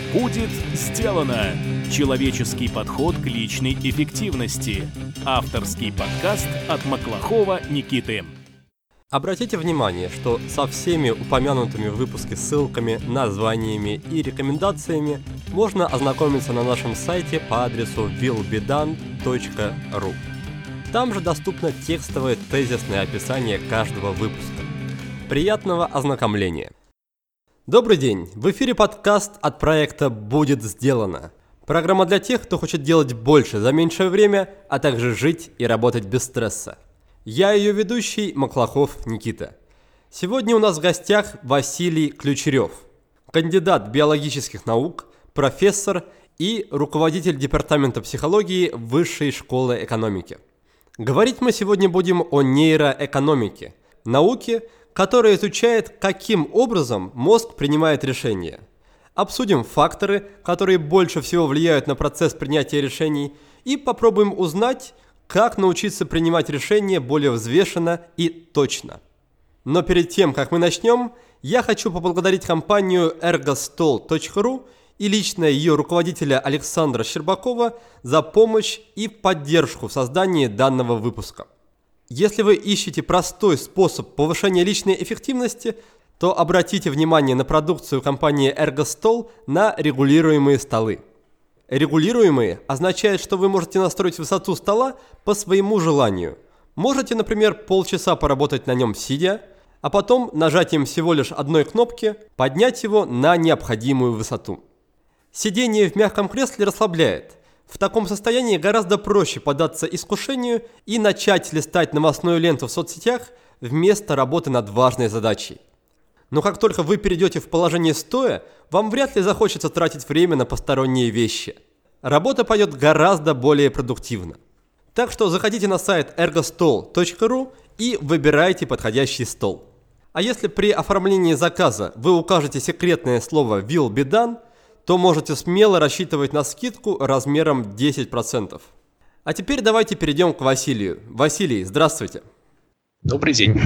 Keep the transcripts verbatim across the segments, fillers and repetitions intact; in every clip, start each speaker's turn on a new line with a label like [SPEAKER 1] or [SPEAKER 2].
[SPEAKER 1] Будет сделано! Человеческий подход к личной эффективности. Авторский подкаст от Маклахова Никиты.
[SPEAKER 2] Обратите внимание, что со всеми упомянутыми в выпуске ссылками, названиями и рекомендациями можно ознакомиться на нашем сайте по адресу вилл би дан точка ру. Там же доступно текстовое тезисное описание каждого выпуска. Приятного ознакомления! Добрый день! В эфире подкаст от проекта «Будет сделано». Программа для тех, кто хочет делать больше за меньшее время, а также жить и работать без стресса. Я ее ведущий, Маклахов Никита. Сегодня у нас в гостях Василий Ключерев, кандидат биологических наук, профессор и руководитель департамента психологии Высшей школы экономики. Говорить мы сегодня будем о нейроэкономике, науке, которая изучает, каким образом мозг принимает решения. Обсудим факторы, которые больше всего влияют на процесс принятия решений, и попробуем узнать, как научиться принимать решения более взвешенно и точно. Но перед тем, как мы начнем, я хочу поблагодарить компанию эргостол точка ру и лично ее руководителя Александра Щербакова за помощь и поддержку в создании данного выпуска. Если вы ищете простой способ повышения личной эффективности, то обратите внимание на продукцию компании Эргостол на регулируемые столы. Регулируемые означает, что вы можете настроить высоту стола по своему желанию. Можете, например, полчаса поработать на нем сидя, а потом нажатием всего лишь одной кнопки поднять его на необходимую высоту. Сидение в мягком кресле расслабляет. В таком состоянии гораздо проще поддаться искушению и начать листать новостную ленту в соцсетях вместо работы над важной задачей. Но как только вы перейдете в положение стоя, вам вряд ли захочется тратить время на посторонние вещи. Работа пойдет гораздо более продуктивно. Так что заходите на сайт эргостол точка ру и выбирайте подходящий стол. А если при оформлении заказа вы укажете секретное слово вилл би дан, то можете смело рассчитывать на скидку размером десять процентов. А теперь давайте перейдем к Василию. Василий, здравствуйте.
[SPEAKER 3] Добрый день.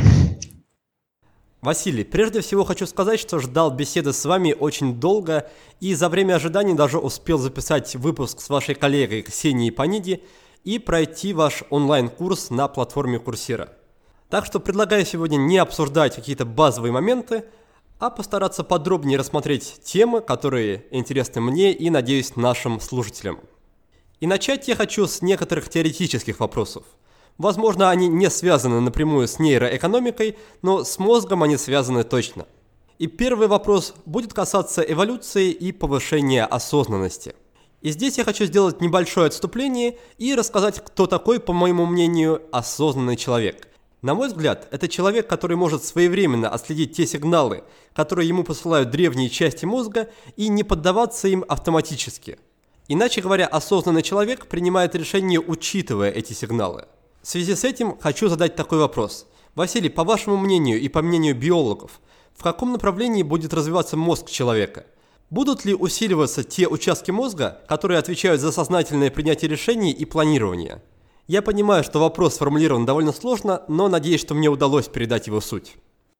[SPEAKER 2] Василий, прежде всего хочу сказать, что ждал беседы с вами очень долго и за время ожидания даже успел записать выпуск с вашей коллегой Ксенией Паниди и пройти ваш онлайн-курс на платформе Курсера. Так что предлагаю сегодня не обсуждать какие-то базовые моменты, а постараться подробнее рассмотреть темы, которые интересны мне и, надеюсь, нашим слушателям. И начать я хочу с некоторых теоретических вопросов. Возможно, они не связаны напрямую с нейроэкономикой, но с мозгом они связаны точно. И первый вопрос будет касаться эволюции и повышения осознанности. И здесь я хочу сделать небольшое отступление и рассказать, кто такой, по моему мнению, осознанный человек. На мой взгляд, это человек, который может своевременно отследить те сигналы, которые ему посылают древние части мозга, и не поддаваться им автоматически. Иначе говоря, осознанный человек принимает решения, учитывая эти сигналы. В связи с этим хочу задать такой вопрос. Василий, по вашему мнению и по мнению биологов, в каком направлении будет развиваться мозг человека? Будут ли усиливаться те участки мозга, которые отвечают за сознательное принятие решений и планирование? Я понимаю, что вопрос сформулирован довольно сложно, но надеюсь, что мне удалось передать его суть.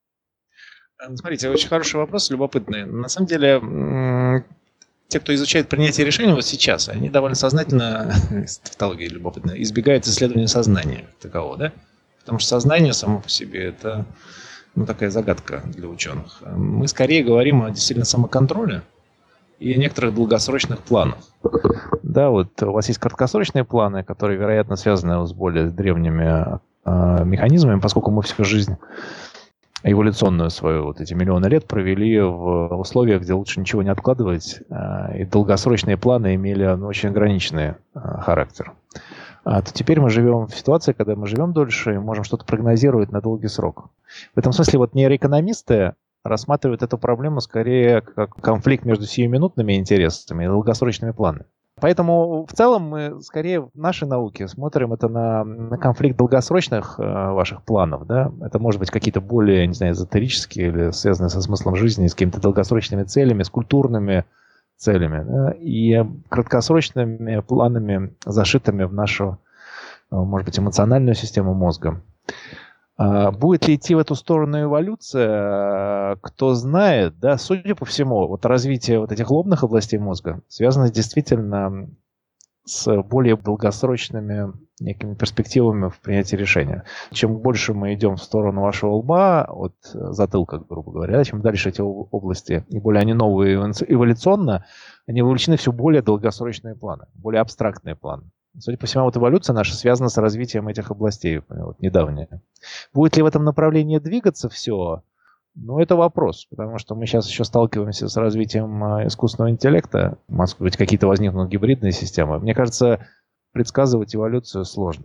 [SPEAKER 3] Смотрите, очень хороший вопрос, любопытный. На самом деле, те, кто изучает принятие решений вот сейчас, они довольно сознательно, тавтология любопытная, избегают исследования сознания такового, да? Потому что сознание само по себе это ну, такая загадка для ученых. Мы скорее говорим о действительно самоконтроле и о некоторых долгосрочных планах. Да, вот у вас есть краткосрочные планы, которые, вероятно, связаны с более древними э, механизмами, поскольку мы всю жизнь эволюционную свою, вот эти миллионы лет провели в условиях, где лучше ничего не откладывать, и долгосрочные планы имели ну, очень ограниченный характер. А то теперь мы живем в ситуации, когда мы живем дольше и можем что-то прогнозировать на долгий срок. В этом смысле вот нейроэкономисты рассматривают эту проблему скорее как конфликт между сиюминутными интересами и долгосрочными планами. Поэтому в целом мы скорее в нашей науке смотрим это на, на конфликт долгосрочных э, ваших планов. Да? Это может быть какие-то более, не знаю, эзотерические или связанные со смыслом жизни, с какими-то долгосрочными целями, с культурными целями. Да? И краткосрочными планами, зашитыми в нашу, э, может быть, эмоциональную систему мозга. Будет ли идти в эту сторону эволюция, кто знает, да, судя по всему, вот развитие вот этих лобных областей мозга связано действительно с более долгосрочными некими перспективами в принятии решения. Чем больше мы идем в сторону вашего лба, от затылка, грубо говоря, чем дальше эти области, и более они новые эволюционно, они вовлечены все более долгосрочные планы, более абстрактные планы. Судя по всему, вот эволюция наша связана с развитием этих областей, вот, недавняя. Будет ли в этом направлении двигаться все? Ну, это вопрос, потому что мы сейчас еще сталкиваемся с развитием искусственного интеллекта. Может быть, какие-то возникнут гибридные системы. Мне кажется, предсказывать эволюцию сложно.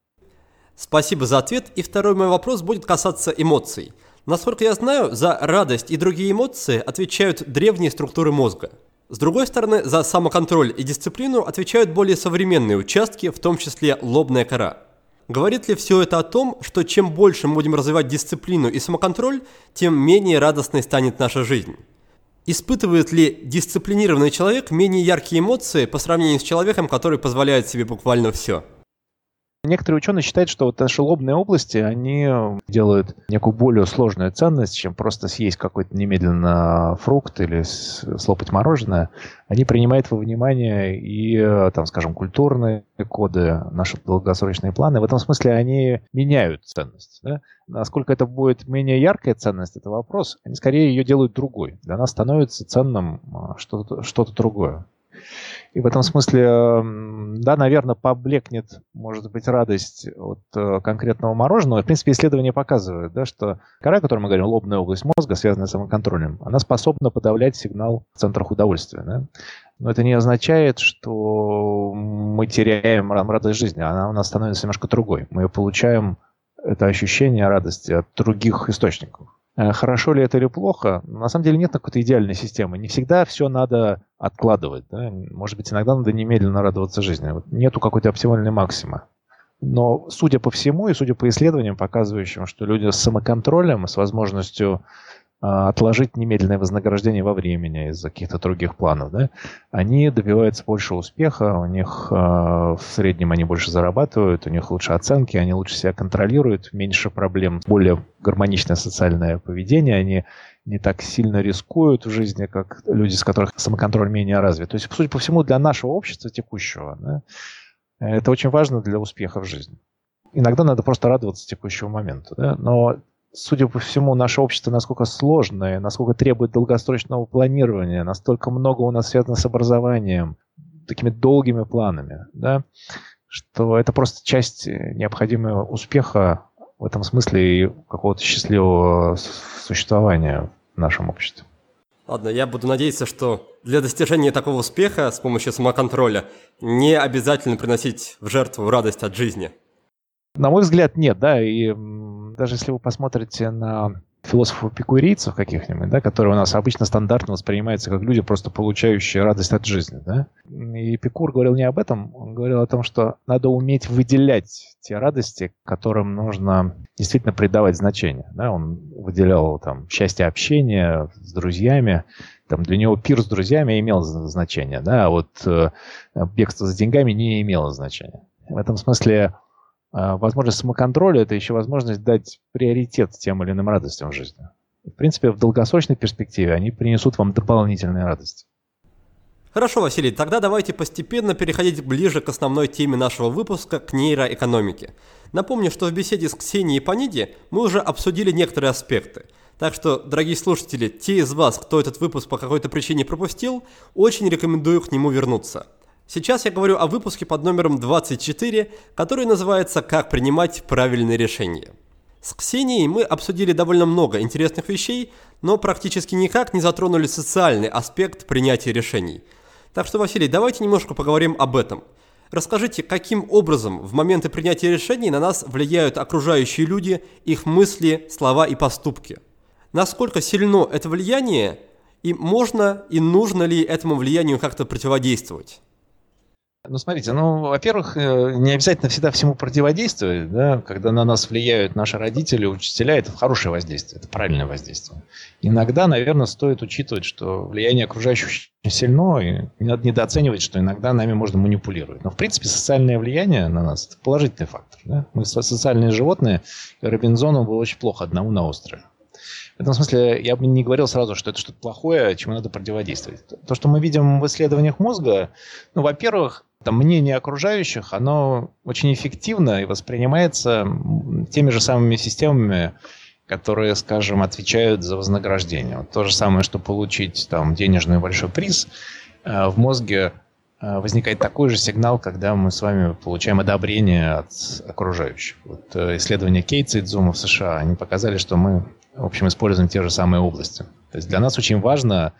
[SPEAKER 2] Спасибо за ответ. И второй мой вопрос будет касаться эмоций. Насколько я знаю, за радость и другие эмоции отвечают древние структуры мозга. С другой стороны, за самоконтроль и дисциплину отвечают более современные участки, в том числе лобная кора. Говорит ли все это о том, что чем больше мы будем развивать дисциплину и самоконтроль, тем менее радостной станет наша жизнь? Испытывает ли дисциплинированный человек менее яркие эмоции по сравнению с человеком, который позволяет себе буквально все?
[SPEAKER 3] Некоторые ученые считают, что вот наши лобные области, они делают некую более сложную ценность, чем просто съесть какой-то немедленно фрукт или слопать мороженое. Они принимают во внимание и, там, скажем, культурные коды, наши долгосрочные планы. В этом смысле они меняют ценность. Да? Насколько это будет менее яркая ценность, это вопрос. Они скорее ее делают другой. Для нас становится ценным что-то, что-то другое. И в этом смысле, да, наверное, поблекнет, может быть, радость от конкретного мороженого. В принципе, исследования показывают, да, что кора, о которой мы говорим, лобная область мозга, связанная с самоконтролем, она способна подавлять сигнал в центрах удовольствия. Да? Но это не означает, что мы теряем радость жизни. Она у нас становится немножко другой. Мы получаем это ощущение радости от других источников. Хорошо ли это или плохо? На самом деле нет какой-то идеальной системы. Не всегда все надо откладывать. Да? Может быть, иногда надо немедленно радоваться жизни. Вот нету какой-то оптимальной максимы. Но судя по всему и судя по исследованиям, показывающим, что люди с самоконтролем, с возможностью отложить немедленное вознаграждение во времени из-за каких-то других планов, да, они добиваются больше успеха, у них э, в среднем они больше зарабатывают, у них лучше оценки, они лучше себя контролируют, меньше проблем, более гармоничное социальное поведение, они не так сильно рискуют в жизни, как люди, с которых самоконтроль менее развит. То есть, судя по всему, для нашего общества текущего, да, это очень важно для успеха в жизни. Иногда надо просто радоваться текущему моменту, да, но судя по всему, наше общество насколько сложное, насколько требует долгосрочного планирования, настолько много у нас связано с образованием, такими долгими планами, да, что это просто часть необходимого успеха в этом смысле и какого-то счастливого существования в нашем обществе.
[SPEAKER 2] Ладно, я буду надеяться, что для достижения такого успеха с помощью самоконтроля не обязательно приносить в жертву радость от жизни.
[SPEAKER 3] На мой взгляд, нет, да, и даже если вы посмотрите на философов-эпикурейцев каких-нибудь, да, которые у нас обычно стандартно воспринимаются как люди, просто получающие радость от жизни, да. И Эпикур говорил не об этом, он говорил о том, что надо уметь выделять те радости, которым нужно действительно придавать значение, да. Он выделял там счастье общения с друзьями, там для него пир с друзьями имел значение, да, а вот э, бегство за деньгами не имело значения. В этом смысле возможность самоконтроля – это еще возможность дать приоритет тем или иным радостям в жизни. В принципе, в долгосрочной перспективе они принесут вам дополнительные радости.
[SPEAKER 2] Хорошо, Василий, тогда давайте постепенно переходить ближе к основной теме нашего выпуска, к нейроэкономике. Напомню, что в беседе с Ксенией Паниди мы уже обсудили некоторые аспекты. Так что, дорогие слушатели, те из вас, кто этот выпуск по какой-то причине пропустил, очень рекомендую к нему вернуться. Сейчас я говорю о выпуске под номером двадцать четыре, который называется «Как принимать правильные решения». С Ксенией мы обсудили довольно много интересных вещей, но практически никак не затронули социальный аспект принятия решений. Так что, Василий, давайте немножко поговорим об этом. Расскажите, каким образом в моменты принятия решений на нас влияют окружающие люди, их мысли, слова и поступки. Насколько сильно это влияние, и можно и нужно ли этому влиянию как-то противодействовать?
[SPEAKER 3] Ну, смотрите, ну, во-первых, э, не обязательно всегда всему противодействовать, да, когда на нас влияют наши родители, учителя, это хорошее воздействие, это правильное воздействие. Иногда, наверное, стоит учитывать, что влияние окружающих очень сильно, и не надо недооценивать, что иногда нами можно манипулировать. Но, в принципе, социальное влияние на нас – это положительный фактор. Да? Мы социальные животные, и Робинзону было очень плохо одному на острове. В этом смысле я бы не говорил сразу, что это что-то плохое, чему надо противодействовать. То, что мы видим в исследованиях мозга, ну, во-первых, там, мнение окружающих, оно очень эффективно и воспринимается теми же самыми системами, которые, скажем, отвечают за вознаграждение. Вот то же самое, что получить там, денежный большой приз, в мозге возникает такой же сигнал, когда мы с вами получаем одобрение от окружающих. Вот исследования Кейтса и Дзума в США, они показали, что мы, в общем, используем те же самые области. То есть для нас очень важно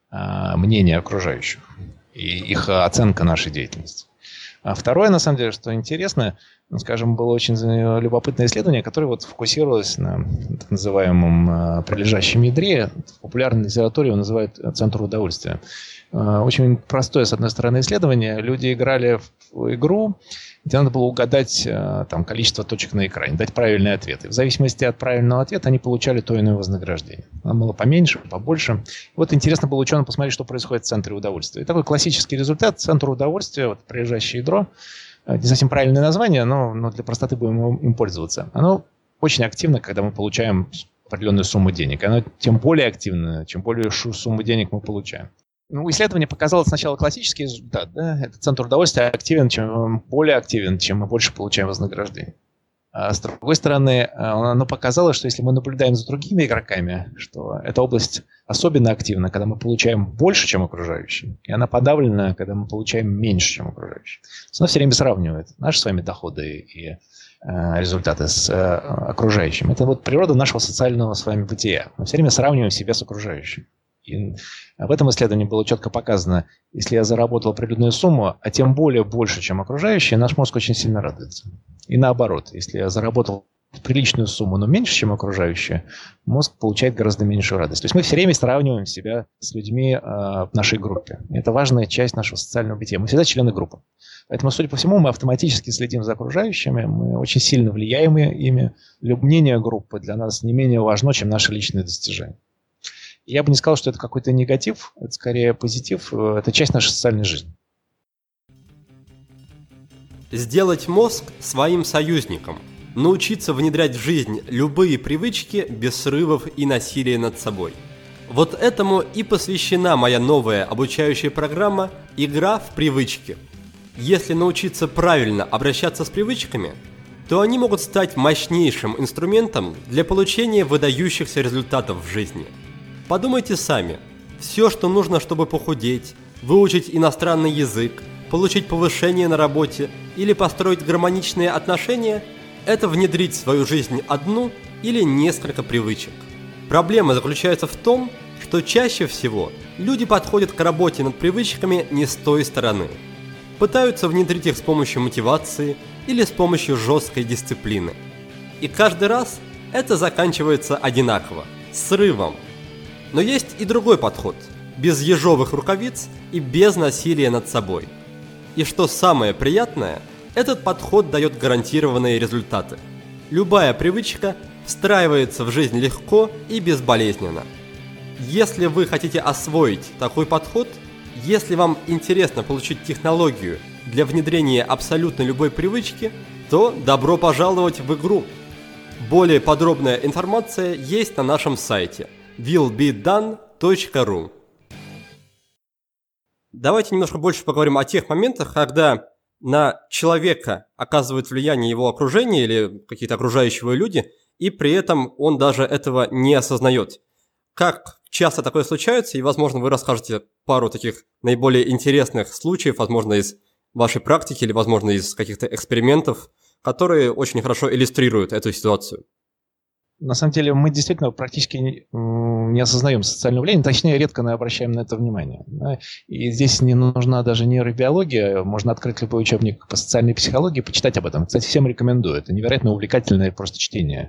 [SPEAKER 3] а, мнение окружающих и их оценка нашей деятельности. А второе, на самом деле, что интересно, ну, скажем, было очень любопытное исследование, которое вот фокусировалось на так называемом а, прилежащем ядре. В популярной литературе его называют центр удовольствия. А, очень простое, с одной стороны, исследование. Люди играли в игру, где надо было угадать там, количество точек на экране, дать правильные ответы. В зависимости от правильного ответа они получали то или иное вознаграждение. Оно было поменьше, побольше. Вот интересно было ученым посмотреть, что происходит в центре удовольствия. И такой классический результат. Центр удовольствия, вот, прилежащее ядро, не совсем правильное название, но, но для простоты будем им пользоваться. Оно очень активно, когда мы получаем определенную сумму денег. Оно тем более активно, чем более сумму денег мы получаем. Ну, исследование показало сначала классический результат. Да? Этот центр удовольствия активен, чем более активен, чем мы больше получаем вознаграждение. А с другой стороны, оно показало, что если мы наблюдаем за другими игроками, что эта область особенно активна, когда мы получаем больше, чем окружающие, и она подавлена, когда мы получаем меньше, чем окружающие. Она все время сравнивает наши с вами доходы и э, результаты с э, окружающими. Это вот природа нашего социального с вами бытия. Мы все время сравниваем себя с окружающими. И в этом исследовании было четко показано, если я заработал определенную сумму, а тем более больше, чем окружающие, наш мозг очень сильно радуется. И наоборот, если я заработал приличную сумму, но меньше, чем окружающие, мозг получает гораздо меньшую радость. То есть мы все время сравниваем себя с людьми э, в нашей группе. Это важная часть нашего социального бытия. Мы всегда члены группы. Поэтому, судя по всему, мы автоматически следим за окружающими, мы очень сильно влияем ими. Мнение группы для нас не менее важно, чем наши личные достижения. Я бы не сказал, что это какой-то негатив, это скорее позитив, это часть нашей социальной жизни.
[SPEAKER 2] Сделать мозг своим союзником. Научиться внедрять в жизнь любые привычки без срывов и насилия над собой. Вот этому и посвящена моя новая обучающая программа «Игра в привычки». Если научиться правильно обращаться с привычками, то они могут стать мощнейшим инструментом для получения выдающихся результатов в жизни. Подумайте сами. Все, что нужно, чтобы похудеть, выучить иностранный язык, получить повышение на работе или построить гармоничные отношения, это внедрить в свою жизнь одну или несколько привычек. Проблема заключается в том, что чаще всего люди подходят к работе над привычками не с той стороны. Пытаются внедрить их с помощью мотивации или с помощью жесткой дисциплины. И каждый раз это заканчивается одинаково – срывом. Но есть и другой подход, без ежовых рукавиц и без насилия над собой. И что самое приятное, этот подход дает гарантированные результаты. Любая привычка встраивается в жизнь легко и безболезненно. Если вы хотите освоить такой подход, если вам интересно получить технологию для внедрения абсолютно любой привычки, то добро пожаловать в игру. Более подробная информация есть на нашем сайте will be done точка ru. Давайте немножко больше поговорим о тех моментах, когда на человека оказывает влияние его окружение или какие-то окружающие его люди, и при этом он даже этого не осознает. Как часто такое случается, и, возможно, вы расскажете пару таких наиболее интересных случаев, возможно, из вашей практики или, возможно, из каких-то экспериментов, которые очень хорошо иллюстрируют эту ситуацию.
[SPEAKER 3] На самом деле мы действительно практически не, не осознаем социальное влияние, точнее, редко обращаем на это внимание. Да? И здесь не нужна даже нейробиология, можно открыть любой учебник по социальной психологии, почитать об этом. Кстати, всем рекомендую, это невероятно увлекательное просто чтение.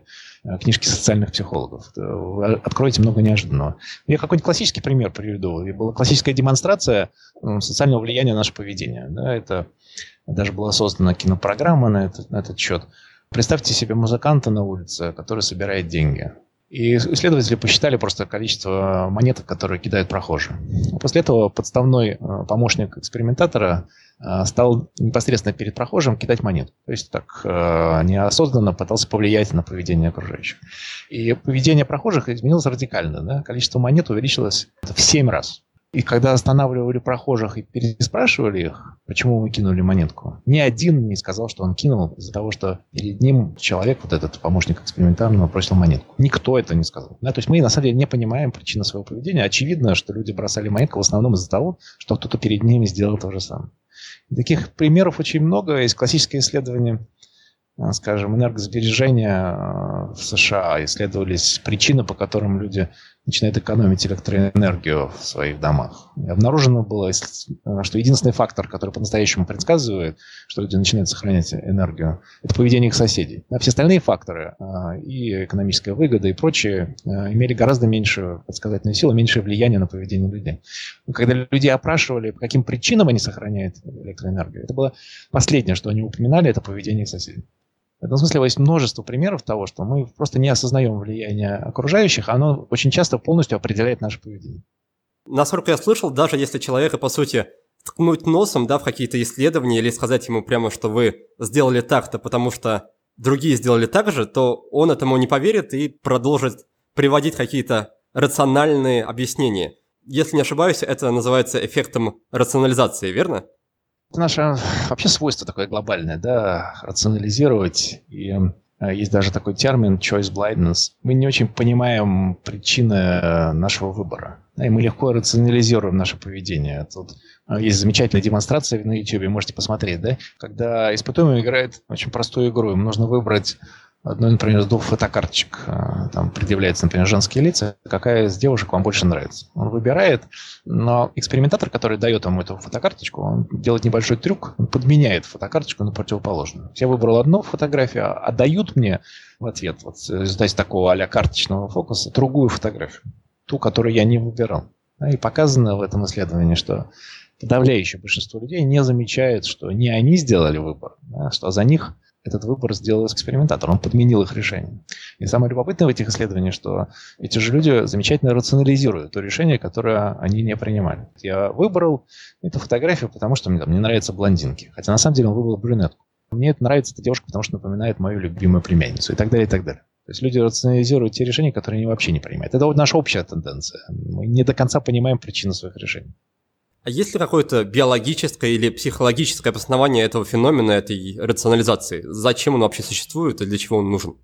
[SPEAKER 3] книжки социальных психологов. Вы откроете много неожиданного. Я какой-нибудь классический пример приведу. Была классическая демонстрация социального влияния на наше поведение. Да, это даже была создана кинопрограмма на этот, на этот счет. Представьте себе музыканта на улице, который собирает деньги. И исследователи посчитали просто количество монеток, которые кидают прохожие. После этого подставной помощник экспериментатора стал непосредственно перед прохожим кидать монету. То есть так неосознанно пытался повлиять на поведение окружающих. И поведение прохожих изменилось радикально. Да? Количество монет увеличилось в семь раз. И когда останавливали прохожих и переспрашивали их, почему вы кинули монетку, ни один не сказал, что он кинул из-за того, что перед ним человек, вот этот помощник экспериментального, бросил монетку. Никто это не сказал. Да, то есть мы на самом деле не понимаем причины своего поведения. Очевидно, что люди бросали монетку в основном из-за того, что кто-то перед ними сделал то же самое. И таких примеров очень много. Есть классическое исследование, скажем, энергосбережения в США. Исследовались причины, по которым люди начинают экономить электроэнергию в своих домах. И обнаружено было, что единственный фактор, который по-настоящему предсказывает, что люди начинают сохранять энергию, это поведение их соседей. А все остальные факторы, и экономическая выгода, и прочие, имели гораздо меньшую предсказательную силу, меньшее влияние на поведение людей. Когда людей опрашивали, по каким причинам они сохраняют электроэнергию, это было последнее, что они упоминали, это поведение их соседей. В этом смысле есть множество примеров того, что мы просто не осознаем влияние окружающих, оно очень часто полностью определяет наше поведение.
[SPEAKER 2] Насколько я слышал, даже если человека, по сути, ткнуть носом, да, в какие-то исследования или сказать ему прямо, что вы сделали так-то, потому что другие сделали так же, то он этому не поверит и продолжит приводить какие-то рациональные объяснения. Если не ошибаюсь, это называется эффектом рационализации, верно?
[SPEAKER 3] Это наше вообще свойство такое глобальное, да, рационализировать. И есть даже такой термин choice blindness. Мы не очень понимаем причины нашего выбора. И мы легко рационализируем наше поведение. Тут есть замечательная демонстрация на YouTube, можете посмотреть, да, когда испытуемый играет очень простую игру. Им нужно выбрать одну, например, из двух фотокарточек. Там предъявляются, например, женские лица. Какая из девушек вам больше нравится? Он выбирает, но экспериментатор, который дает ему эту фотокарточку, он делает небольшой трюк, он подменяет фотокарточку на противоположную. Я выбрал одну фотографию, а дают мне в ответ, вот, в результате такого а-ля карточного фокуса, другую фотографию, ту, которую я не выбирал. И показано в этом исследовании, что подавляющее большинство людей не замечает, что не они сделали выбор, а что за них этот выбор сделал экспериментатор, он подменил их решение. И самое любопытное в этих исследованиях, что эти же люди замечательно рационализируют то решение, которое они не принимали. Я выбрал эту фотографию, потому что мне, там, мне нравятся блондинки. Хотя на самом деле он выбрал брюнетку. Мне это нравится эта девушка, потому что напоминает мою любимую племянницу. И так далее, и так далее. То есть люди рационализируют те решения, которые они вообще не принимают. Это вот наша общая тенденция. Мы не до конца понимаем причины своих решений.
[SPEAKER 2] А есть ли какое-то биологическое или психологическое обоснование этого феномена, этой рационализации? Зачем он вообще существует и для чего он нужен?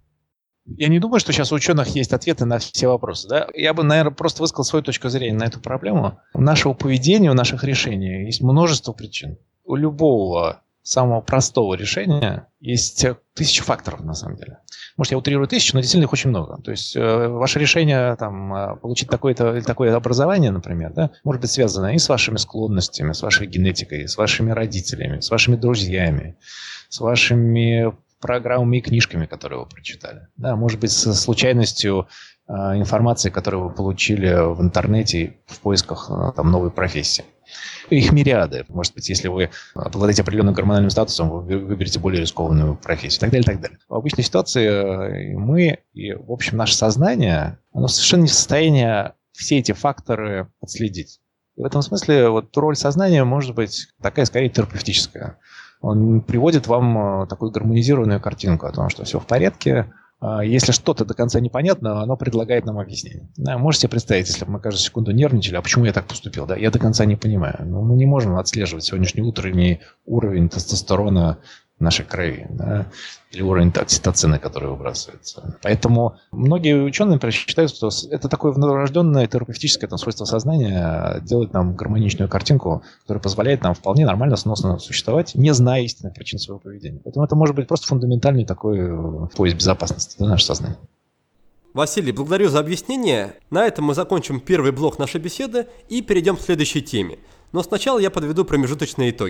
[SPEAKER 3] Я не думаю, что сейчас у ученых есть ответы на все вопросы. Да? Я бы, наверное, просто высказал свою точку зрения на эту проблему. У нашего поведения, у наших решений есть множество причин. У любого самого простого решения есть тысяча факторов, на самом деле. Может, я утрирую тысячу, но действительно их очень много. То есть э, ваше решение там, получить такое-то или такое образование, например, да, может быть связано и с вашими склонностями, с вашей генетикой, с вашими родителями, с вашими друзьями, с вашими программами и книжками, которые вы прочитали. Да, может быть, с случайностью э, информации, которую вы получили в интернете в поисках э, там, новой профессии. Их мириады. Может быть, если вы обладаете определенным гормональным статусом, вы выберете более рискованную профессию и так далее, и так далее. В обычной ситуации мы и, в общем, наше сознание, оно совершенно не в состоянии все эти факторы отследить. И в этом смысле вот роль сознания может быть такая, скорее, терапевтическая. Он приводит вам такую гармонизированную картинку о том, что все в порядке. Если что-то до конца непонятно, оно предлагает нам объяснение. Да, можете себе представить, если бы мы каждую секунду нервничали, а почему я так поступил? Да? Я до конца не понимаю. Но мы не можем отслеживать сегодняшний утренний уровень тестостерона в нашей крови, да? Или уровень окситоцина, который выбрасывается. Поэтому многие ученые считают, что это такое врожденное терапевтическое там, свойство сознания делать нам гармоничную картинку, которая позволяет нам вполне нормально, сносно существовать, не зная истинных причин своего поведения. Поэтому это может быть просто фундаментальный такой пояс безопасности для нашего сознания.
[SPEAKER 2] Василий, благодарю за объяснение. На этом мы закончим первый блок нашей беседы и перейдем к следующей теме. Но сначала я подведу промежуточные итоги.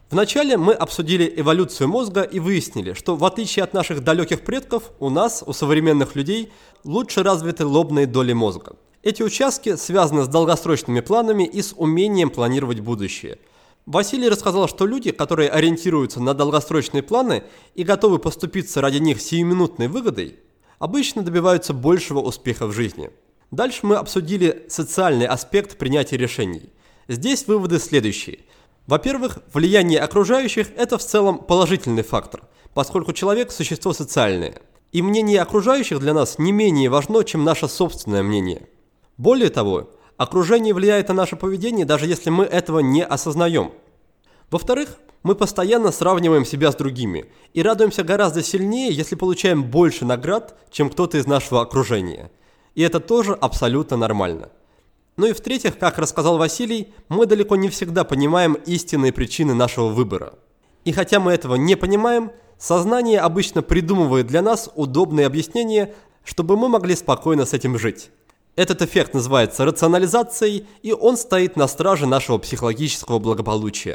[SPEAKER 2] Вначале мы обсудили эволюцию мозга и выяснили, что в отличие от наших далеких предков, у нас, у современных людей, лучше развиты лобные доли мозга. Эти участки связаны с долгосрочными планами и с умением планировать будущее. Василий рассказал, что люди, которые ориентируются на долгосрочные планы и готовы поступиться ради них сиюминутной выгодой, обычно добиваются большего успеха в жизни. Дальше мы обсудили социальный аспект принятия решений. Здесь выводы следующие. Во-первых, влияние окружающих – это в целом положительный фактор, поскольку человек – существо социальное. И мнение окружающих для нас не менее важно, чем наше собственное мнение. Более того, окружение влияет на наше поведение, даже если мы этого не осознаем. Во-вторых, мы постоянно сравниваем себя с другими и радуемся гораздо сильнее, если получаем больше наград, чем кто-то из нашего окружения. И это тоже абсолютно нормально. Ну и в-третьих, как рассказал Василий, мы далеко не всегда понимаем истинные причины нашего выбора. И хотя мы этого не понимаем, сознание обычно придумывает для нас удобные объяснения, чтобы мы могли спокойно с этим жить. Этот эффект называется рационализацией, и он стоит на страже нашего психологического благополучия.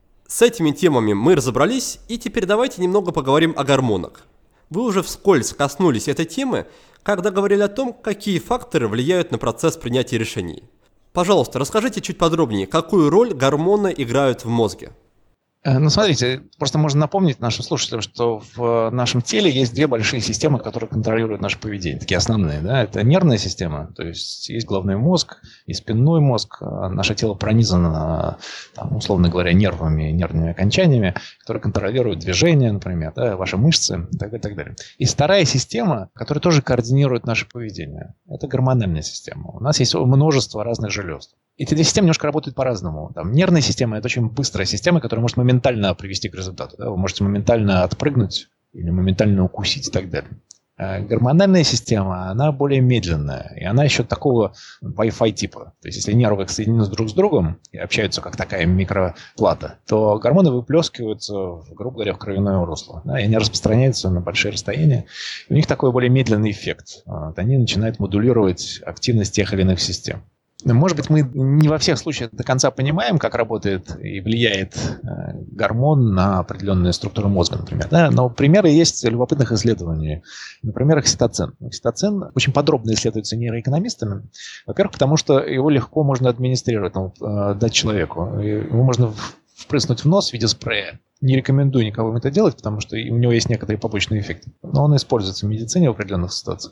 [SPEAKER 2] С этими темами мы разобрались, и теперь давайте немного поговорим о гормонах. Вы уже вскользь коснулись этой темы, когда говорили о том, какие факторы влияют на процесс принятия решений. Пожалуйста, расскажите чуть подробнее, какую роль гормоны играют в мозге.
[SPEAKER 3] Ну, смотрите, просто можно напомнить нашим слушателям, что в нашем теле есть две большие системы, которые контролируют наше поведение. Такие основные, да, это нервная система, то есть есть головной мозг, есть спинной мозг. Наше тело пронизано, там, условно говоря, нервами, нервными окончаниями, которые контролируют движение, например, да, ваши мышцы и так далее, и так далее. И вторая система, которая тоже координирует наше поведение, это гормональная система. У нас есть множество разных желез. Эти две системы немножко работают по-разному. Там, нервная система – это очень быстрая система, которая может моментально привести к результату. Да? Вы можете моментально отпрыгнуть или моментально укусить и так далее. А гормональная система, она более медленная, и она еще такого Wi-Fi типа. То есть, если нервы соединены друг с другом и общаются как такая микроплата, то гормоны выплескиваются, грубо говоря, в кровяное русло. Да? И они распространяются на большие расстояния. И у них такой более медленный эффект. Вот, они начинают модулировать активность тех или иных систем. Может быть, мы не во всех случаях до конца понимаем, как работает и влияет э, гормон на определенные структуры мозга, например. Да? Но примеры есть любопытных исследований. Например, окситоцин. Окситоцин очень подробно исследуется нейроэкономистами. Во-первых, потому что его легко можно администрировать, ну, э, дать человеку. Его можно впрыснуть в нос в виде спрея. Не рекомендую никому это делать, потому что у него есть некоторые побочные эффекты. Но он используется в медицине в определенных ситуациях.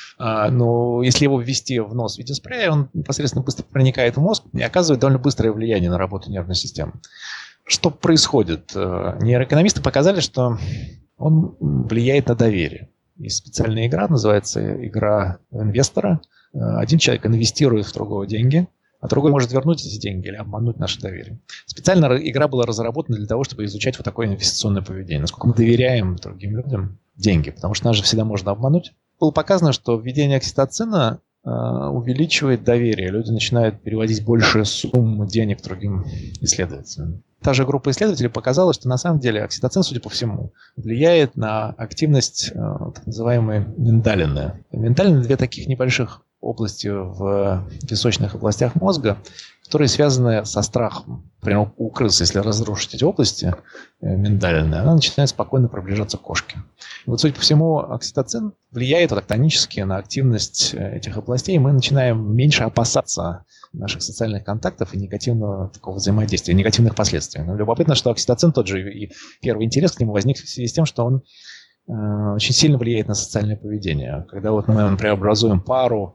[SPEAKER 3] Но если его ввести в нос в виде спрея, он непосредственно быстро проникает в мозг и оказывает довольно быстрое влияние на работу нервной системы. Что происходит? Нейроэкономисты показали, что он влияет на доверие. Есть специальная игра, называется игра инвестора. Один человек инвестирует в другого деньги, а другой может вернуть эти деньги или обмануть наше доверие. Специально игра была разработана для того, чтобы изучать вот такое инвестиционное поведение. Насколько мы доверяем другим людям деньги, потому что нас же всегда можно обмануть. Было показано, что введение окситоцина э, увеличивает доверие. Люди начинают переводить большие суммы денег другим исследователям. Та же группа исследователей показала, что на самом деле окситоцин, судя по всему, влияет на активность э, так называемой миндалины. Миндалины – две таких небольших области в височных областях мозга, которые связаны со страхом. Например, у крысы, если разрушить эти области миндалинные, она начинает спокойно приближаться к кошке. И вот, судя по всему, окситоцин влияет вот так тонически на активность этих областей, и мы начинаем меньше опасаться наших социальных контактов и негативного такого взаимодействия, негативных последствий. Но любопытно, что окситоцин тот же, и первый интерес к нему возник в связи с тем, что он э, очень сильно влияет на социальное поведение. Когда вот мы, например, образуем пару,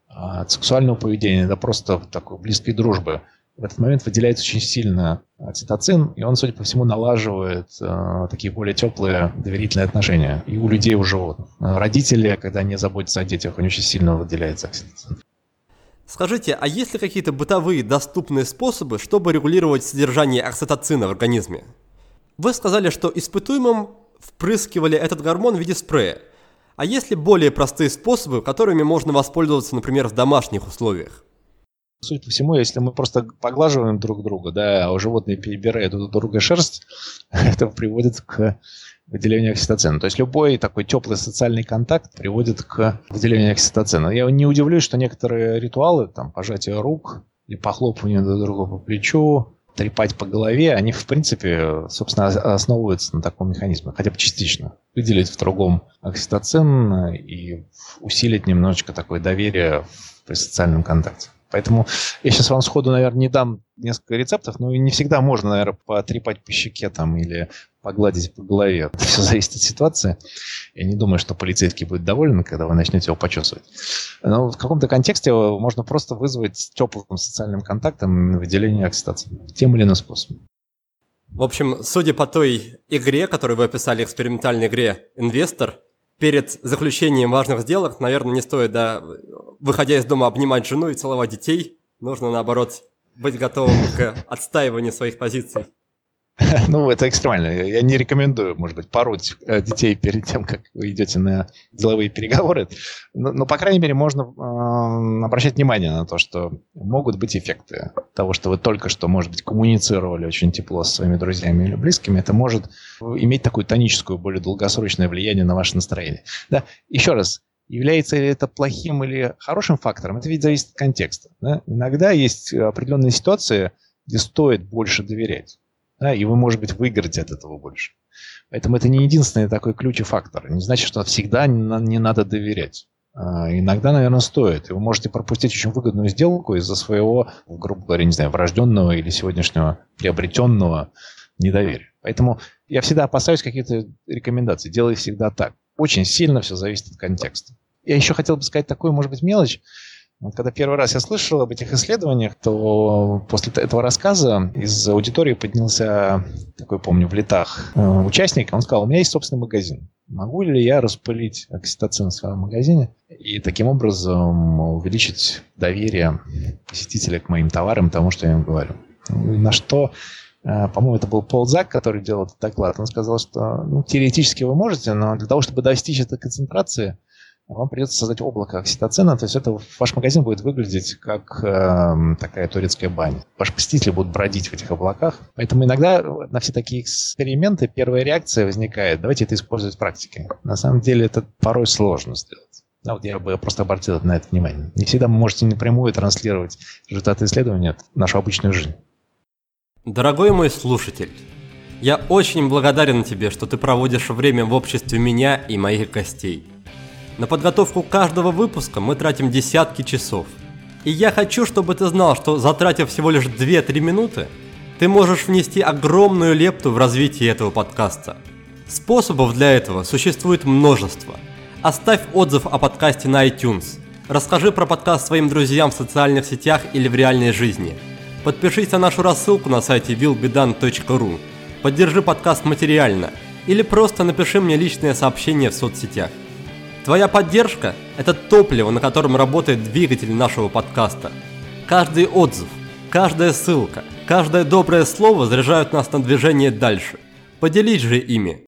[SPEAKER 3] от сексуального поведения до просто такой близкой дружбы, в этот момент выделяется очень сильно окситоцин, и он, судя по всему, налаживает э, такие более теплые доверительные отношения и у людей, и у животных. Родители, когда они заботятся о детях, у них очень сильно выделяется окситоцин.
[SPEAKER 2] Скажите, а есть ли какие-то бытовые доступные способы, чтобы регулировать содержание окситоцина в организме? Вы сказали, что испытуемым впрыскивали этот гормон в виде спрея. А есть ли более простые способы, которыми можно воспользоваться, например, в домашних условиях?
[SPEAKER 3] Судя по всему, если мы просто поглаживаем друг друга, да, а животные перебирают друг друга шерсть, это приводит к выделению окситоцина. То есть любой такой теплый социальный контакт приводит к выделению окситоцина. Я не удивлюсь, что некоторые ритуалы, там, пожатие рук или похлопывание друг друга по плечу, потрепать по голове, они, в принципе, собственно, основываются на таком механизме, хотя бы частично. Выделить в другом окситоцин и усилить немножечко такое доверие при социальном контакте. Поэтому я сейчас вам сходу, наверное, не дам несколько рецептов, но и не всегда можно, наверное, потрепать по щеке там или погладить по голове. Это все зависит от ситуации. Я не думаю, что полицейский будет доволен, когда вы начнете его почесывать. Но в каком-то контексте можно просто вызвать теплым социальным контактом выделение окситоцина тем или иным способом.
[SPEAKER 2] В общем, судя по той игре, которую вы описали, экспериментальной игре «Инвестор», перед заключением важных сделок, наверное, не стоит, да, выходя из дома, обнимать жену и целовать детей. Нужно, наоборот, быть готовым к отстаиванию своих позиций.
[SPEAKER 3] Ну, это экстремально. Я не рекомендую, может быть, пороть детей перед тем, как вы идете на деловые переговоры. Но, но по крайней мере, можно э, обращать внимание на то, что могут быть эффекты того, что вы только что, может быть, коммуницировали очень тепло со своими друзьями или близкими. Это может иметь такую тоническую, более долгосрочное влияние на ваше настроение. Да? Еще раз. Является ли это плохим или хорошим фактором, это ведь зависит от контекста. Да? Иногда есть определенные ситуации, где стоит больше доверять. Да, и вы, может быть, выиграете от этого больше. Поэтому это не единственный такой ключ и фактор. Не значит, что всегда не, не надо доверять. А, иногда, наверное, стоит. И вы можете пропустить очень выгодную сделку из-за своего, грубо говоря, не знаю, врожденного или сегодняшнего приобретенного недоверия. Поэтому я всегда опасаюсь каких-то рекомендаций. Делаю всегда так. Очень сильно все зависит от контекста. Я еще хотел бы сказать такую, может быть, мелочь. Вот когда первый раз я слышал об этих исследованиях, то после этого рассказа из аудитории поднялся такой, помню, в летах участник. Он сказал: у меня есть собственный магазин. Могу ли я распылить окситоцин в своем магазине и таким образом увеличить доверие посетителя к моим товарам, тому, что я им говорю? На что, по-моему, это был Пол Зак, который делал этот доклад. Он сказал, что ну, теоретически вы можете, но для того, чтобы достичь этой концентрации, вам придется создать облако окситоцина, то есть это ваш магазин будет выглядеть как э, такая турецкая баня. Ваши посетители будут бродить в этих облаках. Поэтому иногда на все такие эксперименты первая реакция возникает: давайте это использовать в практике. На самом деле это порой сложно сделать. Да, вот я бы просто обратил на это внимание. Не всегда вы можете напрямую транслировать результаты исследования в нашу обычную жизнь.
[SPEAKER 2] Дорогой мой слушатель, я очень благодарен тебе, что ты проводишь время в обществе меня и моих гостей. На подготовку каждого выпуска мы тратим десятки часов. И я хочу, чтобы ты знал, что, затратив всего лишь две-три минуты, ты можешь внести огромную лепту в развитие этого подкаста. Способов для этого существует множество. Оставь отзыв о подкасте на iTunes. Расскажи про подкаст своим друзьям в социальных сетях или в реальной жизни. Подпишись на нашу рассылку на сайте вил би дан точка ру. Поддержи подкаст материально. Или просто напиши мне личное сообщение в соцсетях. Твоя поддержка – это топливо, на котором работает двигатель нашего подкаста. Каждый отзыв, каждая ссылка, каждое доброе слово заряжают нас на движение дальше. Поделись же ими.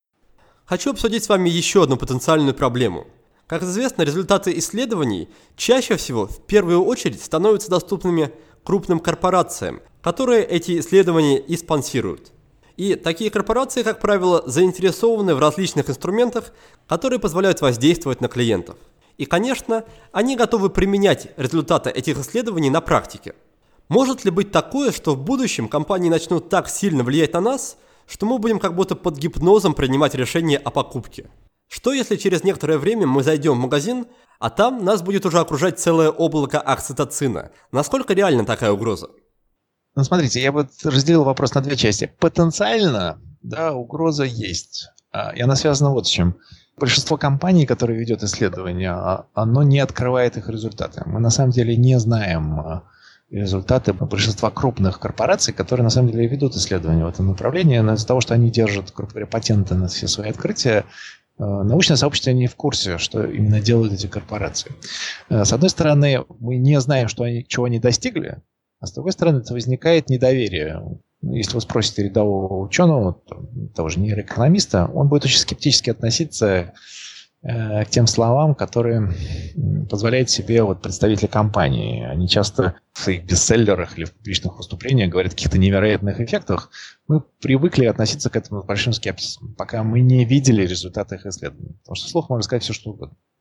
[SPEAKER 2] Хочу обсудить с вами еще одну потенциальную проблему. Как известно, результаты исследований чаще всего в первую очередь становятся доступными крупным корпорациям, которые эти исследования и спонсируют. И такие корпорации, как правило, заинтересованы в различных инструментах, которые позволяют воздействовать на клиентов. И, конечно, они готовы применять результаты этих исследований на практике. Может ли быть такое, что в будущем компании начнут так сильно влиять на нас, что мы будем как будто под гипнозом принимать решение о покупке? Что если через некоторое время мы зайдем в магазин, а там нас будет уже окружать целое облако окситоцина? Насколько реальна такая угроза?
[SPEAKER 3] Ну, смотрите, я бы разделил вопрос на две части. Потенциально, да, угроза есть. И она связана вот с чем. Большинство компаний, которые ведет исследования, оно не открывает их результаты. Мы на самом деле не знаем результаты большинства крупных корпораций, которые на самом деле ведут исследования в этом направлении. Но из-за того, что они держат, грубо говоря, патенты на все свои открытия, научное сообщество не в курсе, что именно делают эти корпорации. С одной стороны, мы не знаем, что они, чего они достигли. А с другой стороны, это возникает недоверие. Если вы спросите рядового ученого, того же нейроэкономиста, он будет очень скептически относиться э, к тем словам, которые позволяют себе вот, представители компании. Они часто в своих бестселлерах или в публичных выступлениях говорят о каких-то невероятных эффектах. Мы привыкли относиться к этому с большим скепсисом, пока мы не видели результаты их исследований. Потому что вслух можно сказать все, что угодно.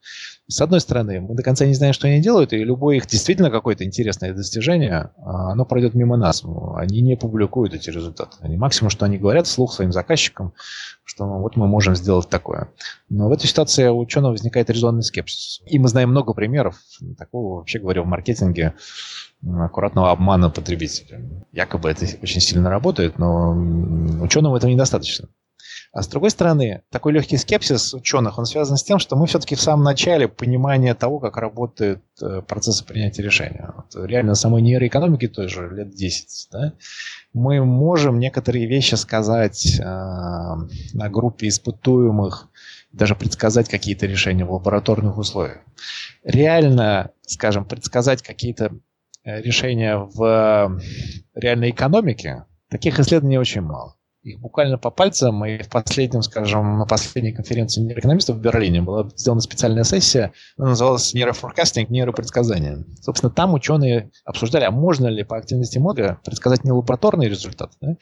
[SPEAKER 3] С одной стороны, мы до конца не знаем, что они делают, и любое их действительно какое-то интересное достижение, оно пройдет мимо нас. Они не публикуют эти результаты. Они максимум, что они говорят вслух своим заказчикам, что ну, вот мы можем сделать такое. Но в этой ситуации у ученого возникает резонный скепсис. И мы знаем много примеров такого, вообще говоря, в маркетинге, аккуратного обмана потребителя. Якобы это очень сильно работает, но ученым этого недостаточно. А с другой стороны, такой легкий скепсис ученых, он связан с тем, что мы все-таки в самом начале понимания того, как работают процессы принятия решения. Вот реально самой нейроэкономики тоже лет десять. Да? Мы можем некоторые вещи сказать э, на группе испытуемых, даже предсказать какие-то решения в лабораторных условиях. Реально, скажем, предсказать какие-то решения в реальной экономике, таких исследований очень мало. Их буквально по пальцам, и в последнем, скажем, на последней конференции нейроэкономистов в Берлине была сделана специальная сессия, она называлась нейрофоркастинг, нейропредсказание. Собственно, там ученые обсуждали, а можно ли по активности мозга предсказать не лабораторные результаты, да,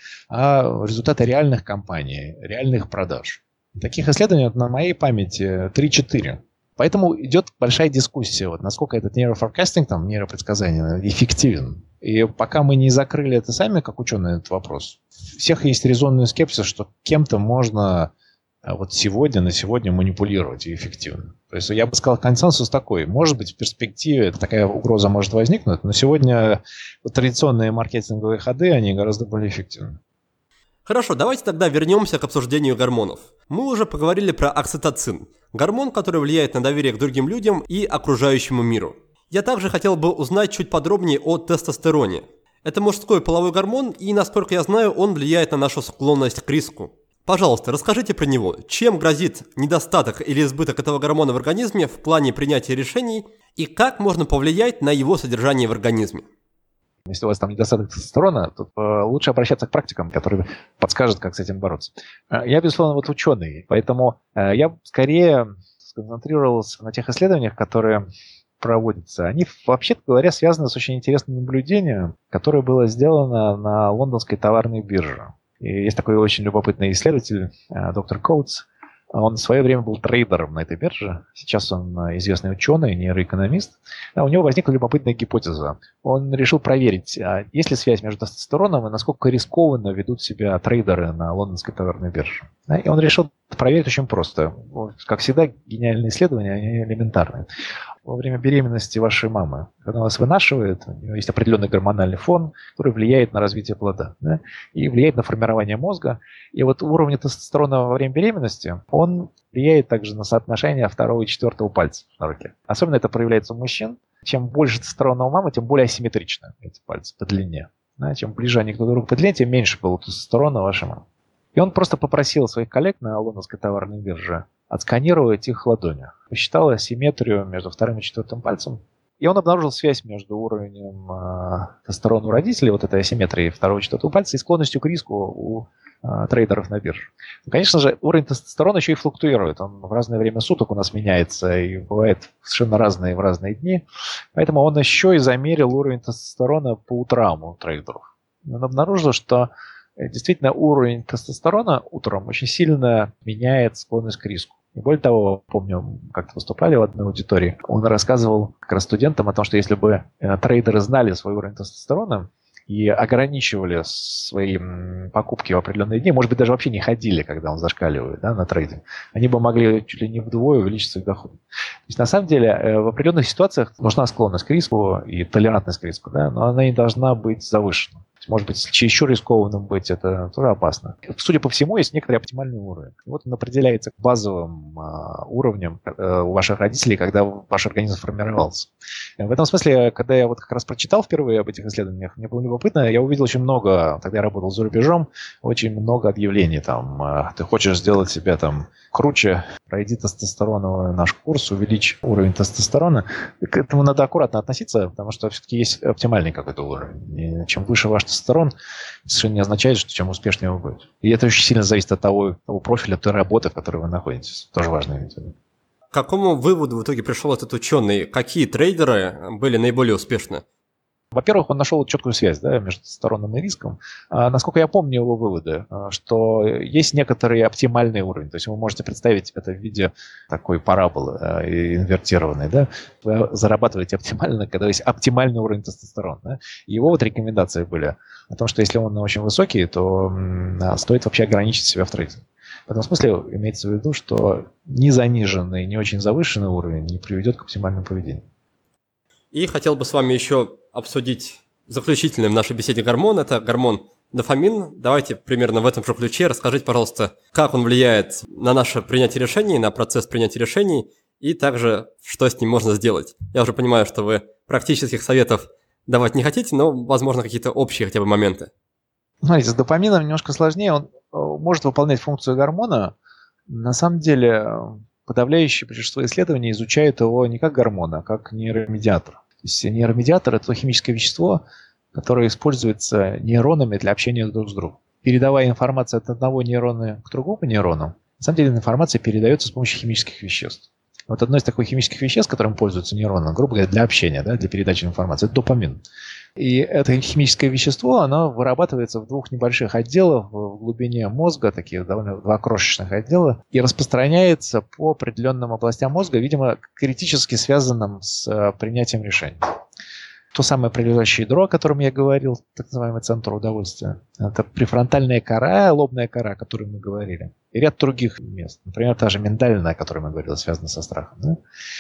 [SPEAKER 3] а результаты реальных компаний, реальных продаж. Таких исследований на моей памяти три-четыре. Поэтому идет большая дискуссия, вот, насколько этот нейрофоркастинг, там, нейропредсказание эффективен. И пока мы не закрыли это сами, как ученые, этот вопрос, у всех есть резонный скепсис, что кем-то можно вот сегодня, на сегодня манипулировать и эффективно. То есть я бы сказал, консенсус такой. Может быть, в перспективе такая угроза может возникнуть, но сегодня вот традиционные маркетинговые ходы, они гораздо более эффективны.
[SPEAKER 2] Хорошо, давайте тогда вернемся к обсуждению гормонов. Мы уже поговорили про окситоцин, гормон, который влияет на доверие к другим людям и окружающему миру. Я также хотел бы узнать чуть подробнее о тестостероне. Это мужской половой гормон, и, насколько я знаю, он влияет на нашу склонность к риску. Пожалуйста, расскажите про него. Чем грозит недостаток или избыток этого гормона в организме в плане принятия решений, и как можно повлиять на его содержание в организме?
[SPEAKER 3] Если у вас там недостаток тестостерона, то э, лучше обращаться к практикам, которые подскажут, как с этим бороться. Э, я, безусловно, вот ученый, поэтому э, я скорее сконцентрировался на тех исследованиях, которые проводятся. Они, вообще говоря, связаны с очень интересным наблюдением, которое было сделано на лондонской товарной бирже. И есть такой очень любопытный исследователь, э, доктор Коутс. Он в свое время был трейдером на этой бирже. Сейчас он известный ученый, нейроэкономист. У него возникла любопытная гипотеза. Он решил проверить, есть ли связь между тестостероном и насколько рискованно ведут себя трейдеры на лондонской товарной бирже. И он решил проверить очень просто. Как всегда, гениальные исследования, они элементарные. Во время беременности вашей мамы, когда она вас вынашивает, у нее есть определенный гормональный фон, который влияет на развитие плода, да, и влияет на формирование мозга. И вот уровень тестостерона во время беременности, он влияет также на соотношение второго и четвертого пальцев на руке. Особенно это проявляется у мужчин. Чем больше тестостерона у мамы, тем более асимметричны эти пальцы по длине. Да, чем ближе они друг к другу по длине, тем меньше было тестостерона у вашей мамы. И он просто попросил своих коллег на лондонской товарной бирже отсканировать их ладони. Посчитал асимметрию между вторым и четвертым пальцем. И он обнаружил связь между уровнем э, тестостерона у родителей, вот этой асимметрии второго и четвертого пальца, и склонностью к риску у э, трейдеров на бирже. Ну, конечно же, уровень тестостерона еще и флуктуирует. Он в разное время суток у нас меняется и бывает совершенно разные в разные дни. Поэтому он еще и замерил уровень тестостерона по утрам у трейдеров. Он обнаружил, что действительно уровень тестостерона утром очень сильно меняет склонность к риску. И более того, помню, как-то выступали в одной аудитории, он рассказывал как раз студентам о том, что если бы трейдеры знали свой уровень тестостерона и ограничивали свои покупки в определенные дни, может быть, даже вообще не ходили, когда он зашкаливает, да, на трейдинг, они бы могли чуть ли не вдвое увеличить свой доход. То есть, на самом деле, в определенных ситуациях нужна склонность к риску и толерантность к риску, да, но она не должна быть завышена. Может быть, чересчур рискованным быть, это тоже опасно. Судя по всему, есть некоторый оптимальный уровень. Вот он определяется базовым э, уровнем э, у ваших родителей, когда ваш организм формировался. В этом смысле, когда я вот как раз прочитал впервые об этих исследованиях, мне было любопытно, я увидел очень много, тогда я работал за рубежом, очень много объявлений там. Э, ты хочешь сделать себя там круче, пройди тестостероновый наш курс, увеличь уровень тестостерона. К этому надо аккуратно относиться, потому что все-таки есть оптимальный какой-то уровень. И чем выше ваш тестостерон, совершенно не означает, что чем успешнее вы будете. И это очень сильно зависит от того, того профиля, той работы, в которой вы находитесь. Тоже важно иметь в виду.
[SPEAKER 2] К какому выводу в итоге пришел этот ученый? Какие трейдеры были наиболее успешны?
[SPEAKER 3] Во-первых, он нашел четкую связь, да, между тестостероном и риском. А, насколько я помню его выводы, что есть некоторый оптимальный уровень. То есть вы можете представить это в виде такой параболы инвертированной. Да? Вы зарабатываете оптимально, когда есть оптимальный уровень тестостерона. Да? И его вот рекомендации были о том, что если он очень высокий, то стоит вообще ограничить себя в трейдинге. В этом смысле имеется в виду, что ни заниженный, ни очень завышенный уровень не приведет к оптимальному поведению.
[SPEAKER 2] И хотел бы с вами еще обсудить заключительный в нашей беседе гормон. Это гормон дофамин. Давайте примерно в этом же ключе расскажите, пожалуйста, как он влияет на наше принятие решений, на процесс принятия решений, и также, что с ним можно сделать. Я уже понимаю, что вы практических советов давать не хотите, но, возможно, какие-то общие хотя бы моменты.
[SPEAKER 3] Смотрите, с допамином немножко сложнее. Он может выполнять функцию гормона. На самом деле, подавляющее большинство исследований изучают его не как гормон, а как нейромедиатор. То есть нейромедиатор – это то химическое вещество, которое используется нейронами для общения друг с другом. Передавая информацию от одного нейрона к другому нейрону, на самом деле информация передается с помощью химических веществ. Вот одно из таких химических веществ, которым пользуются нейроны, грубо говоря, для общения, да, для передачи информации, это допамин. И это химическое вещество, оно вырабатывается в двух небольших отделах в глубине мозга, такие довольно два крошечных отдела, и распространяется по определенным областям мозга, видимо, критически связанным с принятием решений. То самое прилежащее ядро, о котором я говорил, так называемый центр удовольствия, это префронтальная кора, лобная кора, о которой мы говорили, и ряд других мест. Например, та же миндальная, о которой мы говорили, связана со страхом. Да?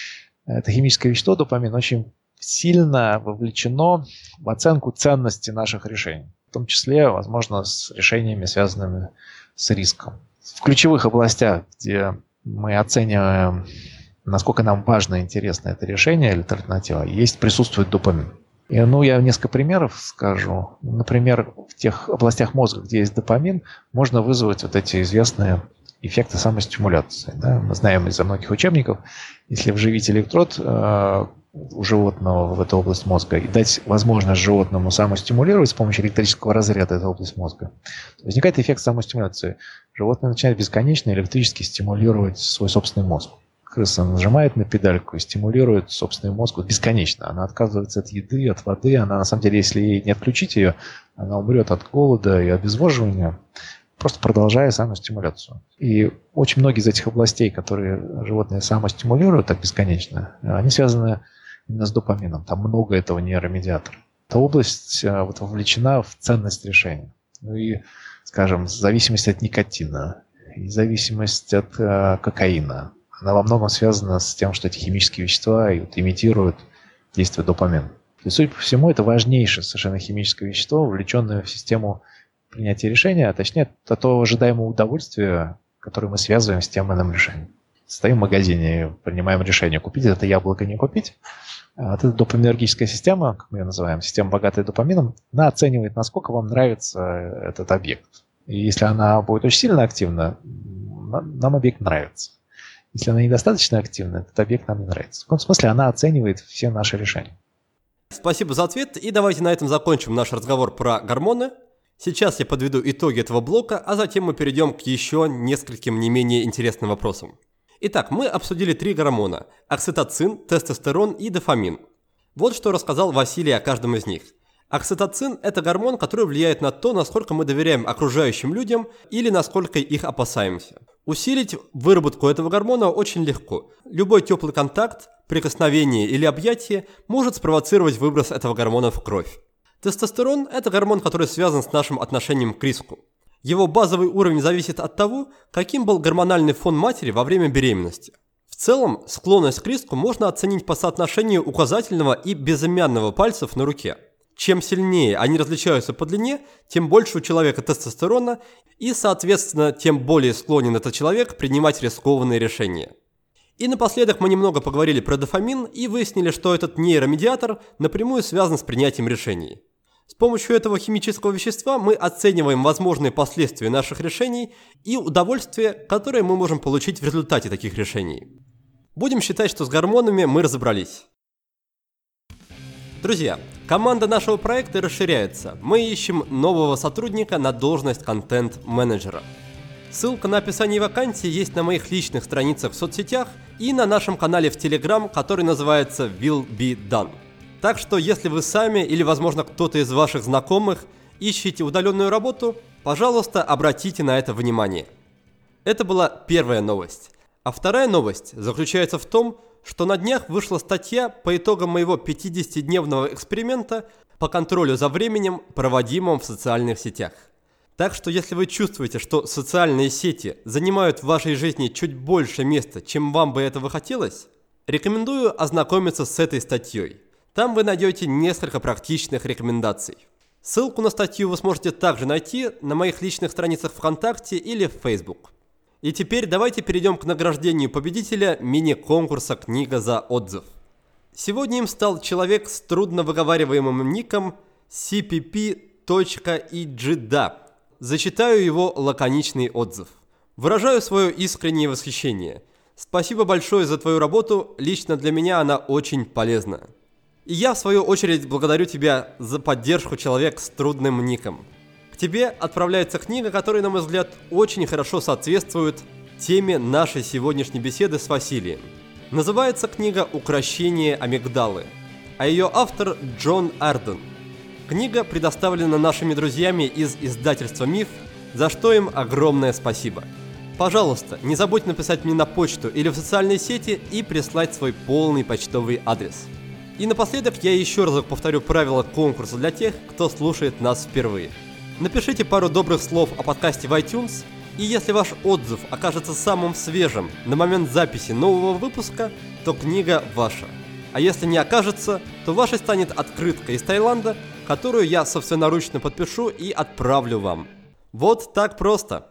[SPEAKER 3] Это химическое вещество, допамин, очень сильно вовлечено в оценку ценности наших решений, в том числе, возможно, с решениями, связанными с риском. В ключевых областях, где мы оцениваем, насколько нам важно и интересно это решение или альтернатива, есть, присутствует допамин. И, ну, я несколько примеров скажу. Например, в тех областях мозга, где есть допамин, можно вызвать вот эти известные эффекты самостимуляции. Да? Мы знаем из-за многих учебников, если вживить электрод э, у животного в эту область мозга и дать возможность животному самостимулировать с помощью электрического разряда эту область мозга, возникает эффект самостимуляции. Животное начинает бесконечно электрически стимулировать свой собственный мозг. Крыса нажимает на педальку и стимулирует собственный мозг вот бесконечно. Она отказывается от еды, от воды. Она, на самом деле, если ей не отключить ее, она умрет от голода и обезвоживания, просто продолжая самостимуляцию. И очень многие из этих областей, которые животные самостимулируют так бесконечно, они связаны именно с допамином. Там много этого нейромедиатора. Эта область вот, вовлечена в ценность решения. Ну и, скажем, зависимость от никотина и зависимость от э, кокаина. Она во многом связана с тем, что эти химические вещества вот, имитируют действие допамина. И, судя по всему, это важнейшее совершенно химическое вещество, вовлеченное в систему принятия решения, а точнее от того ожидаемого удовольствия, которое мы связываем с тем или иным решением. Стоим в магазине, принимаем решение, купить это яблоко, не купить. А вот эта допаминергическая система, как мы ее называем, система, богатая допамином, она оценивает, насколько вам нравится этот объект. И если она будет очень сильно активна, нам объект нравится. Если она недостаточно активна, этот объект нам не нравится. В каком смысле она оценивает все наши решения.
[SPEAKER 2] Спасибо за ответ, и давайте на этом закончим наш разговор про гормоны. Сейчас я подведу итоги этого блока, а затем мы перейдем к еще нескольким не менее интересным вопросам. Итак, мы обсудили три гормона – окситоцин, тестостерон и дофамин. Вот что рассказал Василий о каждом из них. Окситоцин – это гормон, который влияет на то, насколько мы доверяем окружающим людям или насколько их опасаемся. Усилить выработку этого гормона очень легко. Любой теплый контакт, прикосновение или объятие может спровоцировать выброс этого гормона в кровь. Тестостерон – это гормон, который связан с нашим отношением к риску. Его базовый уровень зависит от того, каким был гормональный фон матери во время беременности. В целом, склонность к риску можно оценить по соотношению указательного и безымянного пальцев на руке. Чем сильнее они различаются по длине, тем больше у человека тестостерона и, соответственно, тем более склонен этот человек принимать рискованные решения. И напоследок мы немного поговорили про дофамин и выяснили, что этот нейромедиатор напрямую связан с принятием решений. С помощью этого химического вещества мы оцениваем возможные последствия наших решений и удовольствие, которое мы можем получить в результате таких решений. Будем считать, что с гормонами мы разобрались. Друзья, команда нашего проекта расширяется. Мы ищем нового сотрудника на должность контент-менеджера. Ссылка на описание вакансии есть на моих личных страницах в соцсетях и на нашем канале в Telegram, который называется Will Be Done. Так что, если вы сами или, возможно, кто-то из ваших знакомых ищете удаленную работу, пожалуйста, обратите на это внимание. Это была первая новость. А вторая новость заключается в том, что на днях вышла статья по итогам моего пятидесятидневного эксперимента по контролю за временем, проводимым в социальных сетях. Так что если вы чувствуете, что социальные сети занимают в вашей жизни чуть больше места, чем вам бы этого хотелось, рекомендую ознакомиться с этой статьей. Там вы найдете несколько практичных рекомендаций. Ссылку на статью вы сможете также найти на моих личных страницах ВКонтакте или в Facebook. И теперь давайте перейдем к награждению победителя мини-конкурса «Книга за отзыв». Сегодня им стал человек с трудно выговариваемым ником си пи пи точка и джи даб. Зачитаю его лаконичный отзыв. Выражаю свое искреннее восхищение. Спасибо большое за твою работу, лично для меня она очень полезна. И я, в свою очередь, благодарю тебя за поддержку, человек с трудным ником. К тебе отправляется книга, которая, на мой взгляд, очень хорошо соответствует теме нашей сегодняшней беседы с Василием. Называется книга «Укрощение амигдалы», а ее автор Джон Арден. Книга предоставлена нашими друзьями из издательства «Миф», за что им огромное спасибо. Пожалуйста, не забудь написать мне на почту или в социальные сети и прислать свой полный почтовый адрес. И напоследок я еще разок повторю правила конкурса для тех, кто слушает нас впервые. Напишите пару добрых слов о подкасте в iTunes, и если ваш отзыв окажется самым свежим на момент записи нового выпуска, то книга ваша. А если не окажется, то вашей станет открытка из Таиланда, которую я собственноручно подпишу и отправлю вам. Вот так просто.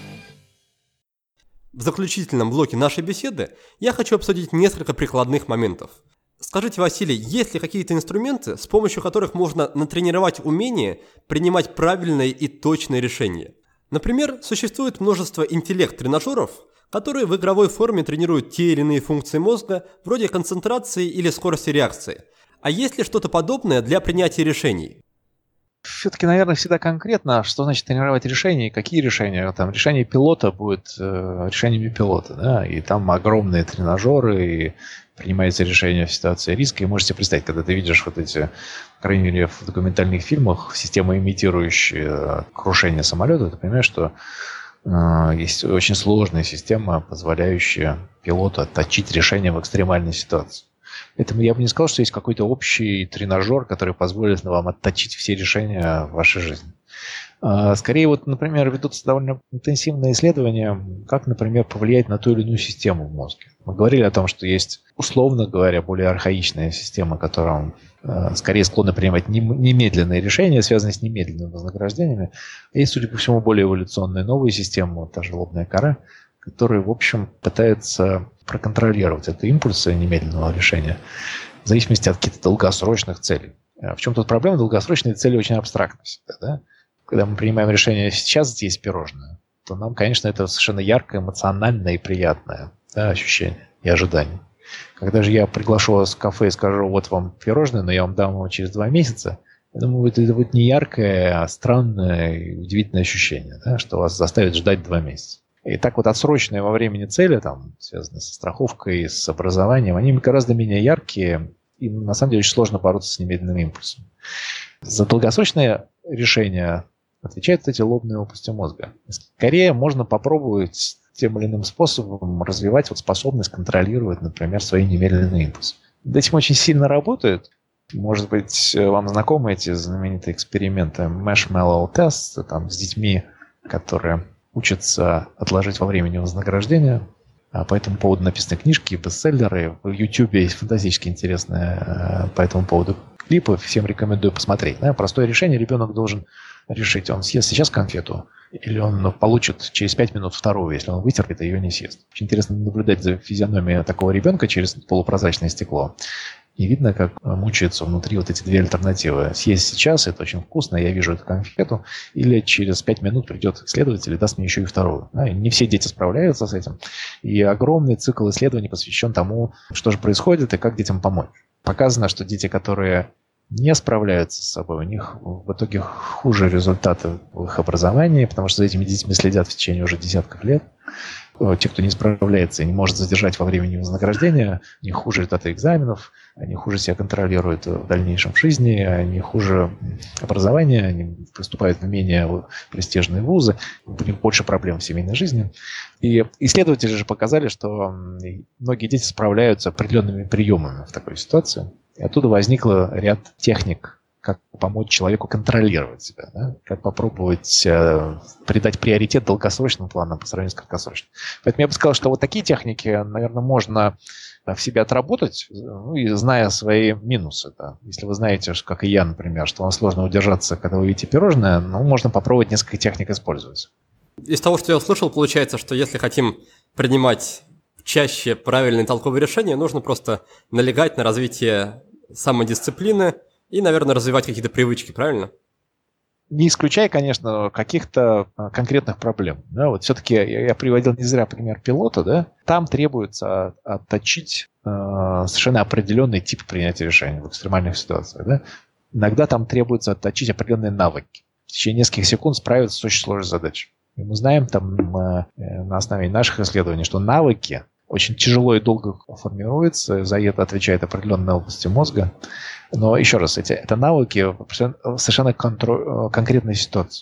[SPEAKER 2] В заключительном блоке нашей беседы я хочу обсудить несколько прикладных моментов. Скажите, Василий, есть ли какие-то инструменты, с помощью которых можно натренировать умение принимать правильные и точные решения? Например, существует множество интеллект-тренажеров, которые в игровой форме тренируют те или иные функции мозга, вроде концентрации или скорости реакции. А есть ли что-то подобное для принятия решений?
[SPEAKER 3] Все-таки, наверное, всегда конкретно, что значит тренировать решения, какие решения. Там решение пилота будет э, решениями пилота, да, и там огромные тренажеры, и принимается решение в ситуации риска. И можете представить, когда ты видишь вот эти, по крайней мере, в документальных фильмах, системы, имитирующие крушение самолета, ты понимаешь, что э, есть очень сложная система, позволяющая пилоту отточить решение в экстремальной ситуации. Поэтому я бы не сказал, что есть какой-то общий тренажер, который позволит вам отточить все решения в вашей жизни. Скорее, вот, например, ведутся довольно интенсивные исследования, как, например, повлиять на ту или иную систему в мозге. Мы говорили о том, что есть, условно говоря, более архаичная система, которая скорее склонна принимать немедленные решения, связанные с немедленными вознаграждениями. А есть, судя по всему, более эволюционные новые системы, вот та же лобная кора, которые, в общем, пытаются проконтролировать это импульсы немедленного решения в зависимости от каких-то долгосрочных целей. В чем тут проблема? Долгосрочные цели очень абстрактны всегда, да? Когда мы принимаем решение сейчас здесь пирожное, то нам, конечно, это совершенно яркое, эмоциональное и приятное, да, ощущение и ожидание. Когда же я приглашу вас в кафе и скажу, вот вам пирожное, но я вам дам его через два месяца, я думаю, это будет не яркое, а странное и удивительное ощущение, да, что вас заставит ждать два месяца. И так вот отсроченные во времени цели, там, связанные со страховкой, с образованием, они гораздо менее яркие, и на самом деле очень сложно бороться с немедленным импульсом. За долгосрочные решения отвечают эти лобные области мозга. Скорее можно попробовать тем или иным способом развивать вот способность контролировать, например, свои немедленные импульсы. Над этим очень сильно работают. Может быть, вам знакомы эти знаменитые эксперименты Marshmallow Test, там, с детьми, которые учатся отложить во времени вознаграждение. По этому поводу написаны книжки, бестселлеры. В YouTube есть фантастически интересные по этому поводу клипы. Всем рекомендую посмотреть. Да, простое решение ребенок должен решить. Он съест сейчас конфету или он получит через пять минут вторую, если он вытерпит и ее не съест. Очень интересно наблюдать за физиономией такого ребенка через полупрозрачное стекло. И видно, как мучаются внутри вот эти две альтернативы. Съесть сейчас, это очень вкусно, я вижу эту конфету. Или через пять минут придет исследователь и даст мне еще и вторую. Да, и не все дети справляются с этим. И огромный цикл исследований посвящен тому, что же происходит и как детям помочь. Показано, что дети, которые не справляются с собой, у них в итоге хуже результаты в их образовании, потому что за этими детьми следят в течение уже десятков лет. Те, кто не справляется и не может задержать во времени вознаграждения, у них хуже результаты экзаменов, они хуже себя контролируют в дальнейшем в жизни, они хуже образования, они поступают в менее престижные вузы, у них больше проблем в семейной жизни. И исследователи же показали, что многие дети справляются определенными приемами в такой ситуации. И оттуда возникло ряд техник, как помочь человеку контролировать себя, да? Как попробовать э, придать приоритет долгосрочным планам по сравнению с краткосрочным. Поэтому я бы сказал, что вот такие техники, наверное, можно в себе отработать, ну, и зная свои минусы. Да? Если вы знаете, что, как и я, например, что вам сложно удержаться, когда вы видите пирожное, ну, можно попробовать несколько техник использовать.
[SPEAKER 2] Из того, что я услышал, получается, что если хотим принимать чаще правильные толковые решения, нужно просто налегать на развитие самодисциплины и, наверное, развивать какие-то привычки, правильно?
[SPEAKER 3] Не исключая, конечно, каких-то конкретных проблем. Да, вот все-таки я приводил не зря пример пилота. Да? Там требуется отточить э, совершенно определенный тип принятия решений в экстремальных ситуациях. Да? Иногда там требуется отточить определенные навыки. В течение нескольких секунд справиться с очень сложной задачей. И мы знаем там, э, на основе наших исследований, что навыки очень тяжело и долго формируются, за это отвечает определенная область мозга. Но еще раз, эти, это навыки в совершенно контро- конкретной ситуации.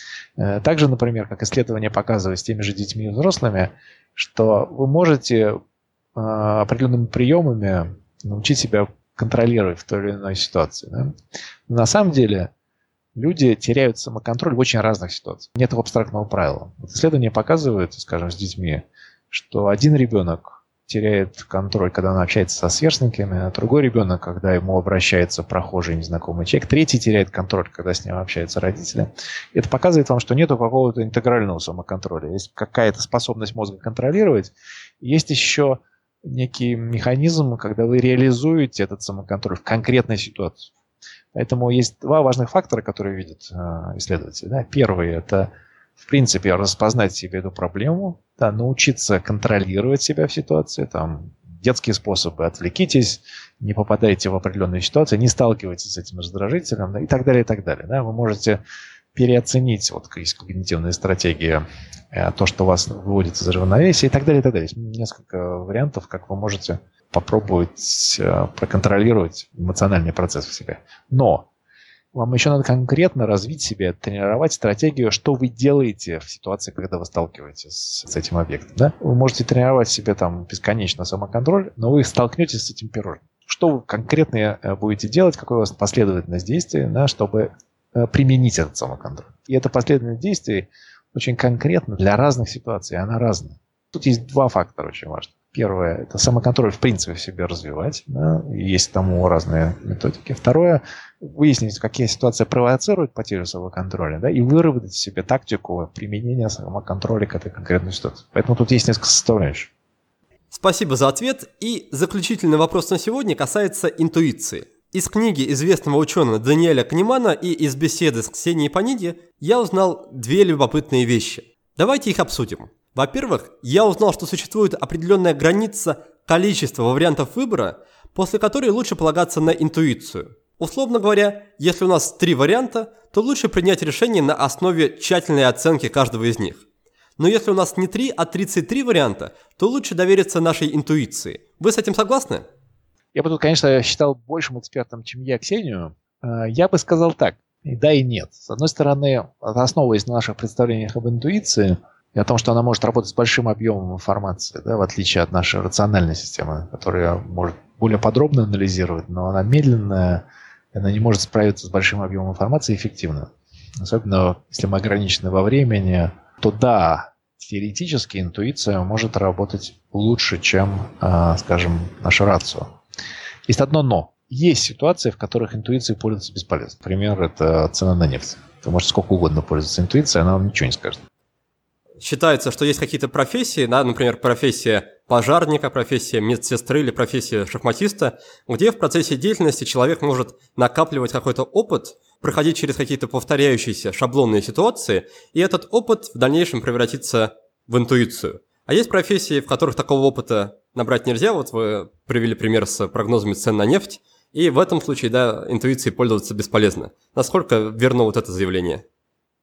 [SPEAKER 3] Также, например, как исследование показывает с теми же детьми и взрослыми, что вы можете определенными приемами научить себя контролировать в той или иной ситуации. Да? Но на самом деле люди теряют самоконтроль в очень разных ситуациях. Нет абстрактного правила. Вот исследования показывают, скажем, с детьми, что один ребенок теряет контроль, когда он общается со сверстниками, а другой ребенок, когда ему обращается прохожий незнакомый человек, третий теряет контроль, когда с ним общаются родители. Это показывает вам, что нет какого-то интегрального самоконтроля. Есть какая-то способность мозга контролировать, есть еще некий механизм, когда вы реализуете этот самоконтроль в конкретной ситуации. Поэтому есть два важных фактора, которые видят исследователи. Да? Первый – это в принципе, распознать в себе эту проблему, да, научиться контролировать себя в ситуации, там, детские способы, отвлекитесь, не попадайте в определенные ситуации, не сталкивайтесь с этим раздражителем, да, и так далее, и так далее. Да. Вы можете переоценить, вот есть когнитивные стратегии, то, что вас выводит из равновесия, и так далее, и так далее. Есть несколько вариантов, как вы можете попробовать проконтролировать эмоциональный процесс в себе. Но вам еще надо конкретно развить себя, тренировать стратегию, что вы делаете в ситуации, когда вы сталкиваетесь с, с этим объектом. Да? Вы можете тренировать себе там бесконечно самоконтроль, но вы столкнетесь с этим пирожным. Что вы конкретно будете делать, какая у вас последовательность действий, да, чтобы применить этот самоконтроль. И эта последовательность действий очень конкретна для разных ситуаций, она разная. Тут есть два фактора очень важных. Первое – это самоконтроль в принципе в себе развивать. Да? Есть тому разные методики. Второе – выяснить, какие ситуации провоцируют потерю самоконтроля, да? И выработать себе тактику применения самоконтроля к этой конкретной ситуации. Поэтому тут есть несколько составляющих.
[SPEAKER 2] Спасибо за ответ. И заключительный вопрос на сегодня касается интуиции. Из книги известного ученого Даниэля Канемана и из беседы с Ксенией Паниди я узнал две любопытные вещи. Давайте их обсудим. Во-первых, я узнал, что существует определенная граница количества вариантов выбора, после которой лучше полагаться на интуицию. Условно говоря, если у нас три варианта, то лучше принять решение на основе тщательной оценки каждого из них. Но если у нас не три, а тридцать три варианта, то лучше довериться нашей интуиции. Вы с этим согласны?
[SPEAKER 3] Я бы тут, конечно, считал большим экспертом, чем я, Ксению. Я бы сказал так, и да, и нет. С одной стороны, основываясь на наших представлениях об интуиции, и о том, что она может работать с большим объемом информации, да, в отличие от нашей рациональной системы, которая может более подробно анализировать, но она медленная, она не может справиться с большим объемом информации эффективно. Особенно, если мы ограничены во времени, то да, теоретически интуиция может работать лучше, чем, скажем, наша рацио. Есть одно «но». Есть ситуации, в которых интуицией пользоваться бесполезно. Например, это цена на нефть. Вы можете сколько угодно пользоваться интуицией, она вам ничего не скажет.
[SPEAKER 2] Считается, что есть какие-то профессии, да, например, профессия пожарника, профессия медсестры или профессия шахматиста, где в процессе деятельности человек может накапливать какой-то опыт, проходить через какие-то повторяющиеся шаблонные ситуации, и этот опыт в дальнейшем превратится в интуицию. А есть профессии, в которых такого опыта набрать нельзя. Вот вы привели пример с прогнозами цен на нефть, и в этом случае, да, интуицией пользоваться бесполезно. Насколько верно вот это заявление?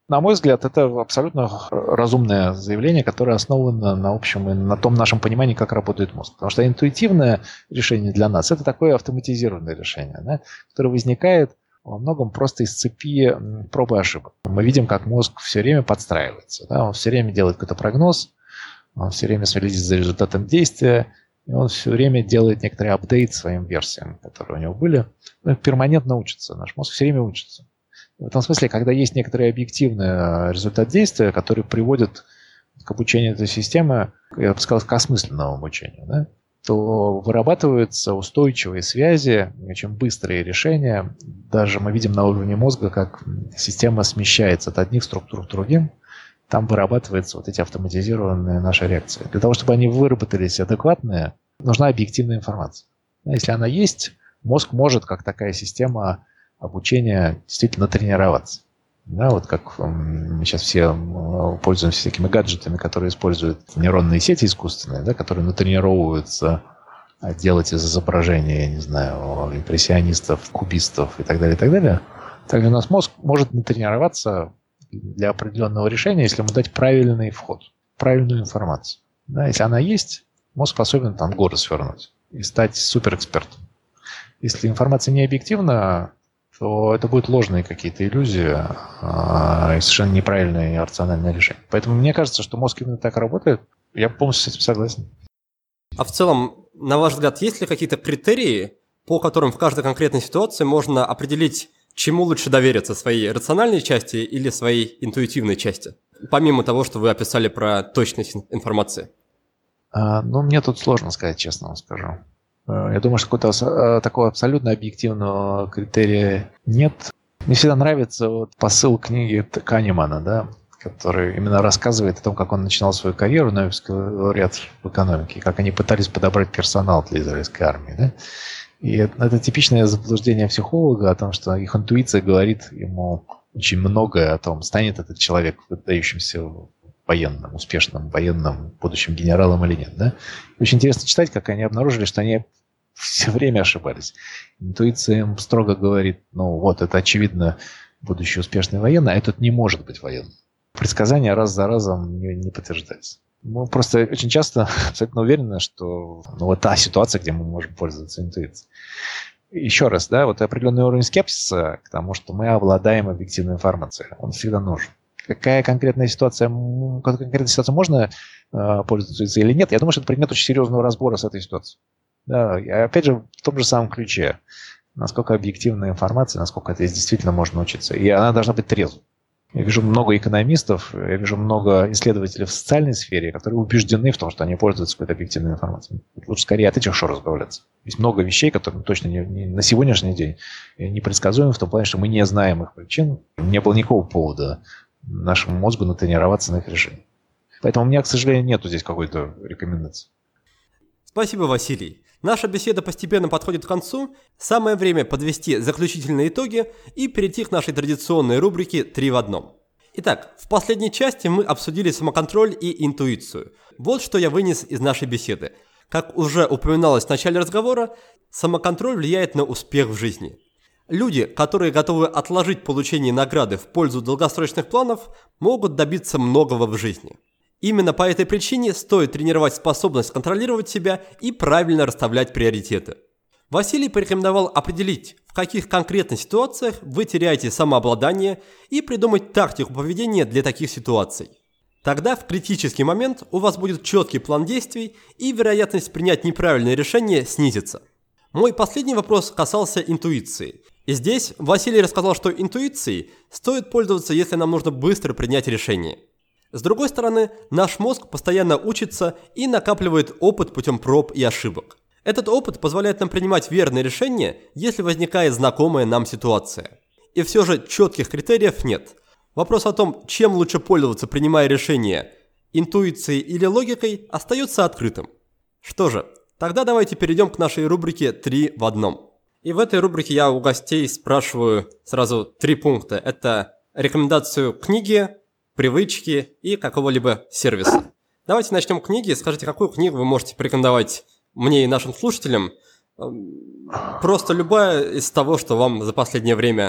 [SPEAKER 3] На мой взгляд, это абсолютно разумное заявление, которое основано на общем и на том нашем понимании, как работает мозг. Потому что интуитивное решение для нас – это такое автоматизированное решение, да, которое возникает во многом просто из цепи проб и ошибок. Мы видим, как мозг все время подстраивается. Да, он все время делает какой-то прогноз, он все время следит за результатом действия, и он все время делает некоторый апдейт своим версиям, которые у него были. Он перманентно учится. Наш мозг все время учится. В этом смысле, когда есть некоторый объективный результат действия, который приводит к обучению этой системы, я бы сказал, к осмысленному обучению, да, то вырабатываются устойчивые связи, очень быстрые решения. Даже мы видим на уровне мозга, как система смещается от одних структур к другим. Там вырабатываются вот эти автоматизированные наши реакции. Для того, чтобы они выработались адекватные, нужна объективная информация. Если она есть, мозг может, как такая система обучения, действительно тренироваться. Да, вот как мы сейчас все пользуемся всякими гаджетами, которые используют нейронные сети искусственные, да, которые натренировываются делать из изображения, я не знаю, импрессионистов, кубистов и так далее, и так далее. Также у нас мозг может натренироваться для определенного решения, если ему дать правильный вход, правильную информацию. Да, если она есть, мозг способен там горы свернуть и стать суперэкспертом. Если информация не объективна, то это будут ложные какие-то иллюзии а, и совершенно неправильные рациональные решения. Поэтому мне кажется, что мозг именно так работает. Я полностью с этим согласен.
[SPEAKER 2] А в целом, на ваш взгляд, есть ли какие-то критерии, по которым в каждой конкретной ситуации можно определить, чему лучше довериться, своей рациональной части или своей интуитивной части? Помимо того, что вы описали про точность информации.
[SPEAKER 3] А, ну, мне тут сложно сказать, честно вам скажу. Я думаю, что какого-то такого абсолютно объективного критерия нет. Мне всегда нравится вот посыл книги Канемана, да, который именно рассказывает о том, как он начинал свою карьеру, Нобелевский лауреат в экономике, как они пытались подобрать персонал для израильской армии. Да? И это типичное заблуждение психолога о том, что их интуиция говорит ему очень многое о том, станет этот человек выдающимся военным, успешным военным, будущим генералом или нет. Да? Очень интересно читать, как они обнаружили, что они все время ошибались. Интуиция им строго говорит, ну вот, это очевидно будущий успешный военный, а этот не может быть военным. Предсказания раз за разом не, не подтверждаются. Мы просто очень часто абсолютно уверены, что ну, вот та ситуация, где мы можем пользоваться интуицией. Еще раз, да, вот определенный уровень скепсиса к тому, что мы обладаем объективной информацией, он всегда нужен. Какая конкретная ситуация, какой конкретной ситуацией можно э, пользоваться или нет, я думаю, что это предмет очень серьезного разбора с этой ситуацией. Да, и опять же, в том же самом ключе. Насколько объективная информация, насколько это действительно можно учиться. И она должна быть трезвой. Я вижу много экономистов, я вижу много исследователей в социальной сфере, которые убеждены в том, что они пользуются какой-то объективной информацией. Лучше скорее от этих шор избавляться. Есть много вещей, которые точно не, не, на сегодняшний день непредсказуемы в том плане, что мы не знаем их причин. Не было никакого повода нашему мозгу натренироваться на их решение. Поэтому у меня, к сожалению, нету здесь какой-то рекомендации.
[SPEAKER 2] Спасибо, Василий. Наша беседа постепенно подходит к концу. Самое время подвести заключительные итоги и перейти к нашей традиционной рубрике «Три в одном». Итак, в последней части мы обсудили самоконтроль и интуицию. Вот что я вынес из нашей беседы. Как уже упоминалось в начале разговора, самоконтроль влияет на успех в жизни. Люди, которые готовы отложить получение награды в пользу долгосрочных планов, могут добиться многого в жизни. Именно по этой причине стоит тренировать способность контролировать себя и правильно расставлять приоритеты. Василий порекомендовал определить, в каких конкретных ситуациях вы теряете самообладание, и придумать тактику поведения для таких ситуаций. Тогда в критический момент у вас будет четкий план действий, и вероятность принять неправильное решение снизится. Мой последний вопрос касался интуиции. И здесь Василий рассказал, что интуицией стоит пользоваться, если нам нужно быстро принять решение. С другой стороны, наш мозг постоянно учится и накапливает опыт путем проб и ошибок. Этот опыт позволяет нам принимать верные решения, если возникает знакомая нам ситуация. И все же четких критериев нет. Вопрос о том, чем лучше пользоваться, принимая решения, интуицией или логикой, остается открытым. Что же, тогда давайте перейдем к нашей рубрике «Три в одном». И в этой рубрике я у гостей спрашиваю сразу три пункта. Это рекомендацию книги, привычки и какого-либо сервиса. Давайте начнем книги. Скажите, какую книгу вы можете порекомендовать мне и нашим слушателям? Просто любая из того, что вам за последнее время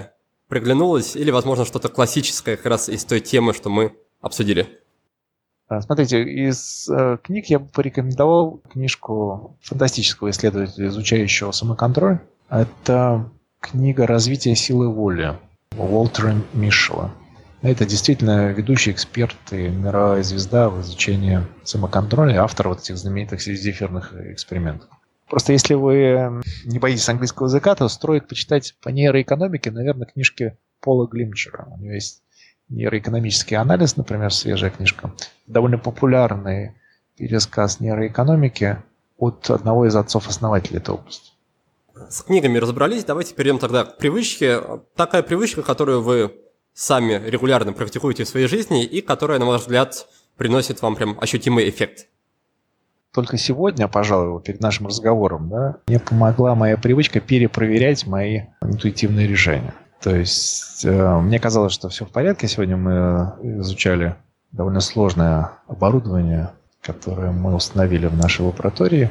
[SPEAKER 2] приглянулось, или, возможно, что-то классическое как раз из той темы, что мы обсудили.
[SPEAKER 3] Смотрите, из э, книг я бы порекомендовал книжку фантастического исследователя, изучающего самоконтроль. Это книга «Развитие силы воли» Уолтера Мишела. Это действительно ведущий эксперт и мировая звезда в изучении самоконтроля, автор вот этих знаменитых зефирных экспериментов. Просто если вы не боитесь английского языка, то стоит почитать по нейроэкономике, наверное, книжки Пола Глимчера. У него есть нейроэкономический анализ, например, свежая книжка. Довольно популярный пересказ нейроэкономики от одного из отцов-основателей этой области.
[SPEAKER 2] С книгами разобрались, давайте перейдем тогда к привычке. Такая привычка, которую вы сами регулярно практикуете в своей жизни и которая, на ваш взгляд, приносит вам прям ощутимый эффект.
[SPEAKER 3] Только сегодня, пожалуй, перед нашим разговором, да, мне помогла моя привычка перепроверять мои интуитивные решения. То есть э, мне казалось, что все в порядке. Сегодня мы изучали довольно сложное оборудование, которое мы установили в нашей лаборатории.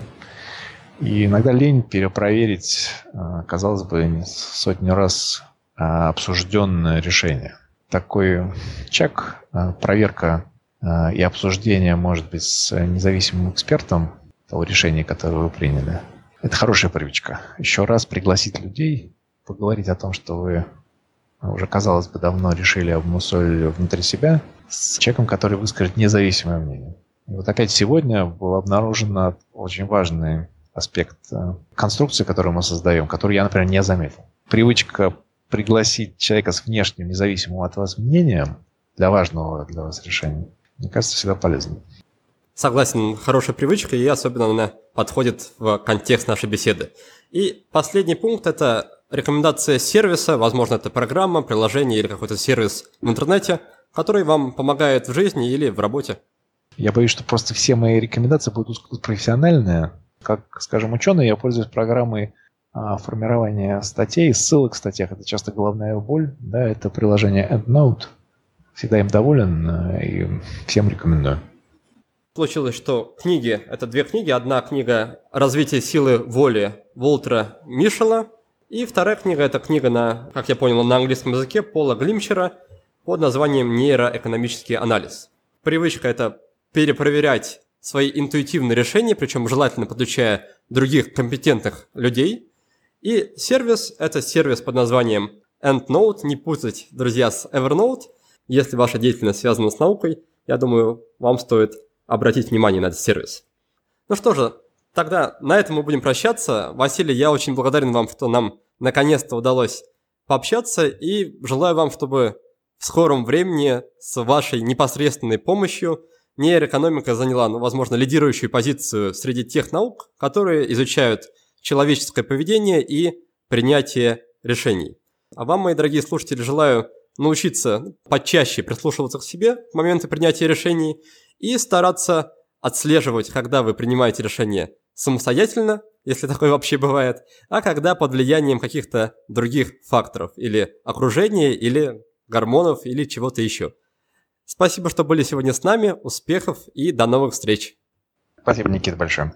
[SPEAKER 3] И иногда лень перепроверить, э, казалось бы, сотню раз э, обсужденное решение. Такой чек, э, проверка и обсуждение, может быть, с независимым экспертом того решения, которое вы приняли. Это хорошая привычка. Еще раз пригласить людей, поговорить о том, что вы уже, казалось бы, давно решили, обмусолили внутри себя, с человеком, который выскажет независимое мнение. И вот опять сегодня был обнаружен очень важный аспект конструкции, которую мы создаем, который я, например, не заметил. Привычка пригласить человека с внешним, независимым от вас мнением для важного для вас решения, мне кажется, всегда полезно.
[SPEAKER 2] Согласен, хорошая привычка, и особенно она подходит в контекст нашей беседы. И последний пункт – это рекомендация сервиса, возможно, это программа, приложение или какой-то сервис в интернете, который вам помогает в жизни или в работе.
[SPEAKER 3] Я боюсь, что просто все мои рекомендации будут профессиональные. Как, скажем, ученый, я пользуюсь программой а, формирования статей, ссылок в статьях. Это часто головная боль. Да, это приложение EndNote. Всегда им доволен и всем рекомендую.
[SPEAKER 2] Получилось, что книги – это две книги. Одна книга «Развитие силы воли» Уолтера Мишела, и вторая книга – это книга, на, как я понял, на английском языке Пола Глимчера под названием «Нейроэкономический анализ». Привычка – это перепроверять свои интуитивные решения, причем желательно подключая других компетентных людей. И сервис – это сервис под названием EndNote, не путать, друзья, с Evernote. Если ваша деятельность связана с наукой, я думаю, вам стоит обратить внимание на этот сервис. Ну что же, тогда на этом мы будем прощаться. Василий, я очень благодарен вам, что нам наконец-то удалось пообщаться, и желаю вам, чтобы в скором времени с вашей непосредственной помощью нейроэкономика заняла, ну, возможно, лидирующую позицию среди тех наук, которые изучают человеческое поведение и принятие решений. А вам, мои дорогие слушатели, желаю научиться почаще прислушиваться к себе в моменты принятия решений и стараться отслеживать, когда вы принимаете решение самостоятельно, если такое вообще бывает, а когда под влиянием каких-то других факторов, или окружения, или гормонов, или чего-то еще. Спасибо, что были сегодня с нами, успехов и до новых встреч.
[SPEAKER 3] Спасибо, Никита, большое.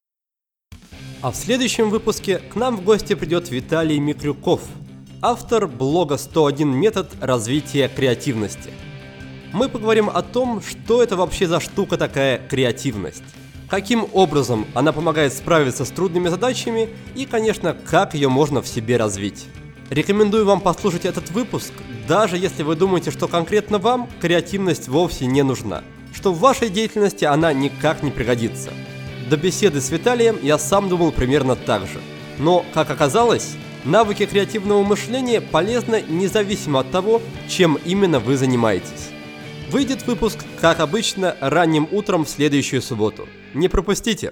[SPEAKER 2] А в следующем выпуске к нам в гости придет Виталий Микрюков, автор блога сто один метод развития креативности. Мы поговорим о том, что это вообще за штука такая креативность, каким образом она помогает справиться с трудными задачами и, конечно, как ее можно в себе развить. Рекомендую вам послушать этот выпуск, даже если вы думаете, что конкретно вам креативность вовсе не нужна, что в вашей деятельности она никак не пригодится. До беседы с Виталием я сам думал примерно так же. Но, как оказалось, навыки креативного мышления полезны независимо от того, чем именно вы занимаетесь. Выйдет выпуск, как обычно, ранним утром в следующую субботу. Не пропустите!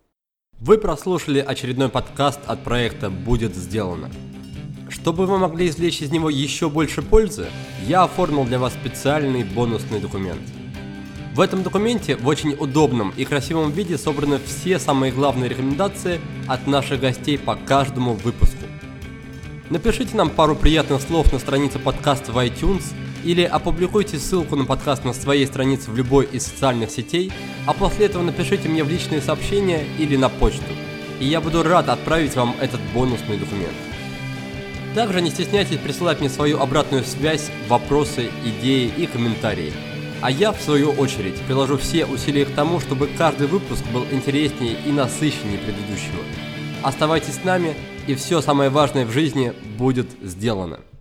[SPEAKER 2] Вы прослушали очередной подкаст от проекта «Будет сделано». Чтобы вы могли извлечь из него еще больше пользы, я оформил для вас специальный бонусный документ. В этом документе в очень удобном и красивом виде собраны все самые главные рекомендации от наших гостей по каждому выпуску. Напишите нам пару приятных слов на странице подкаста в iTunes или опубликуйте ссылку на подкаст на своей странице в любой из социальных сетей, а после этого напишите мне в личные сообщения или на почту, и я буду рад отправить вам этот бонусный документ. Также не стесняйтесь присылать мне свою обратную связь, вопросы, идеи и комментарии. А я, в свою очередь, приложу все усилия к тому, чтобы каждый выпуск был интереснее и насыщеннее предыдущего. Оставайтесь с нами, и все самое важное в жизни будет сделано.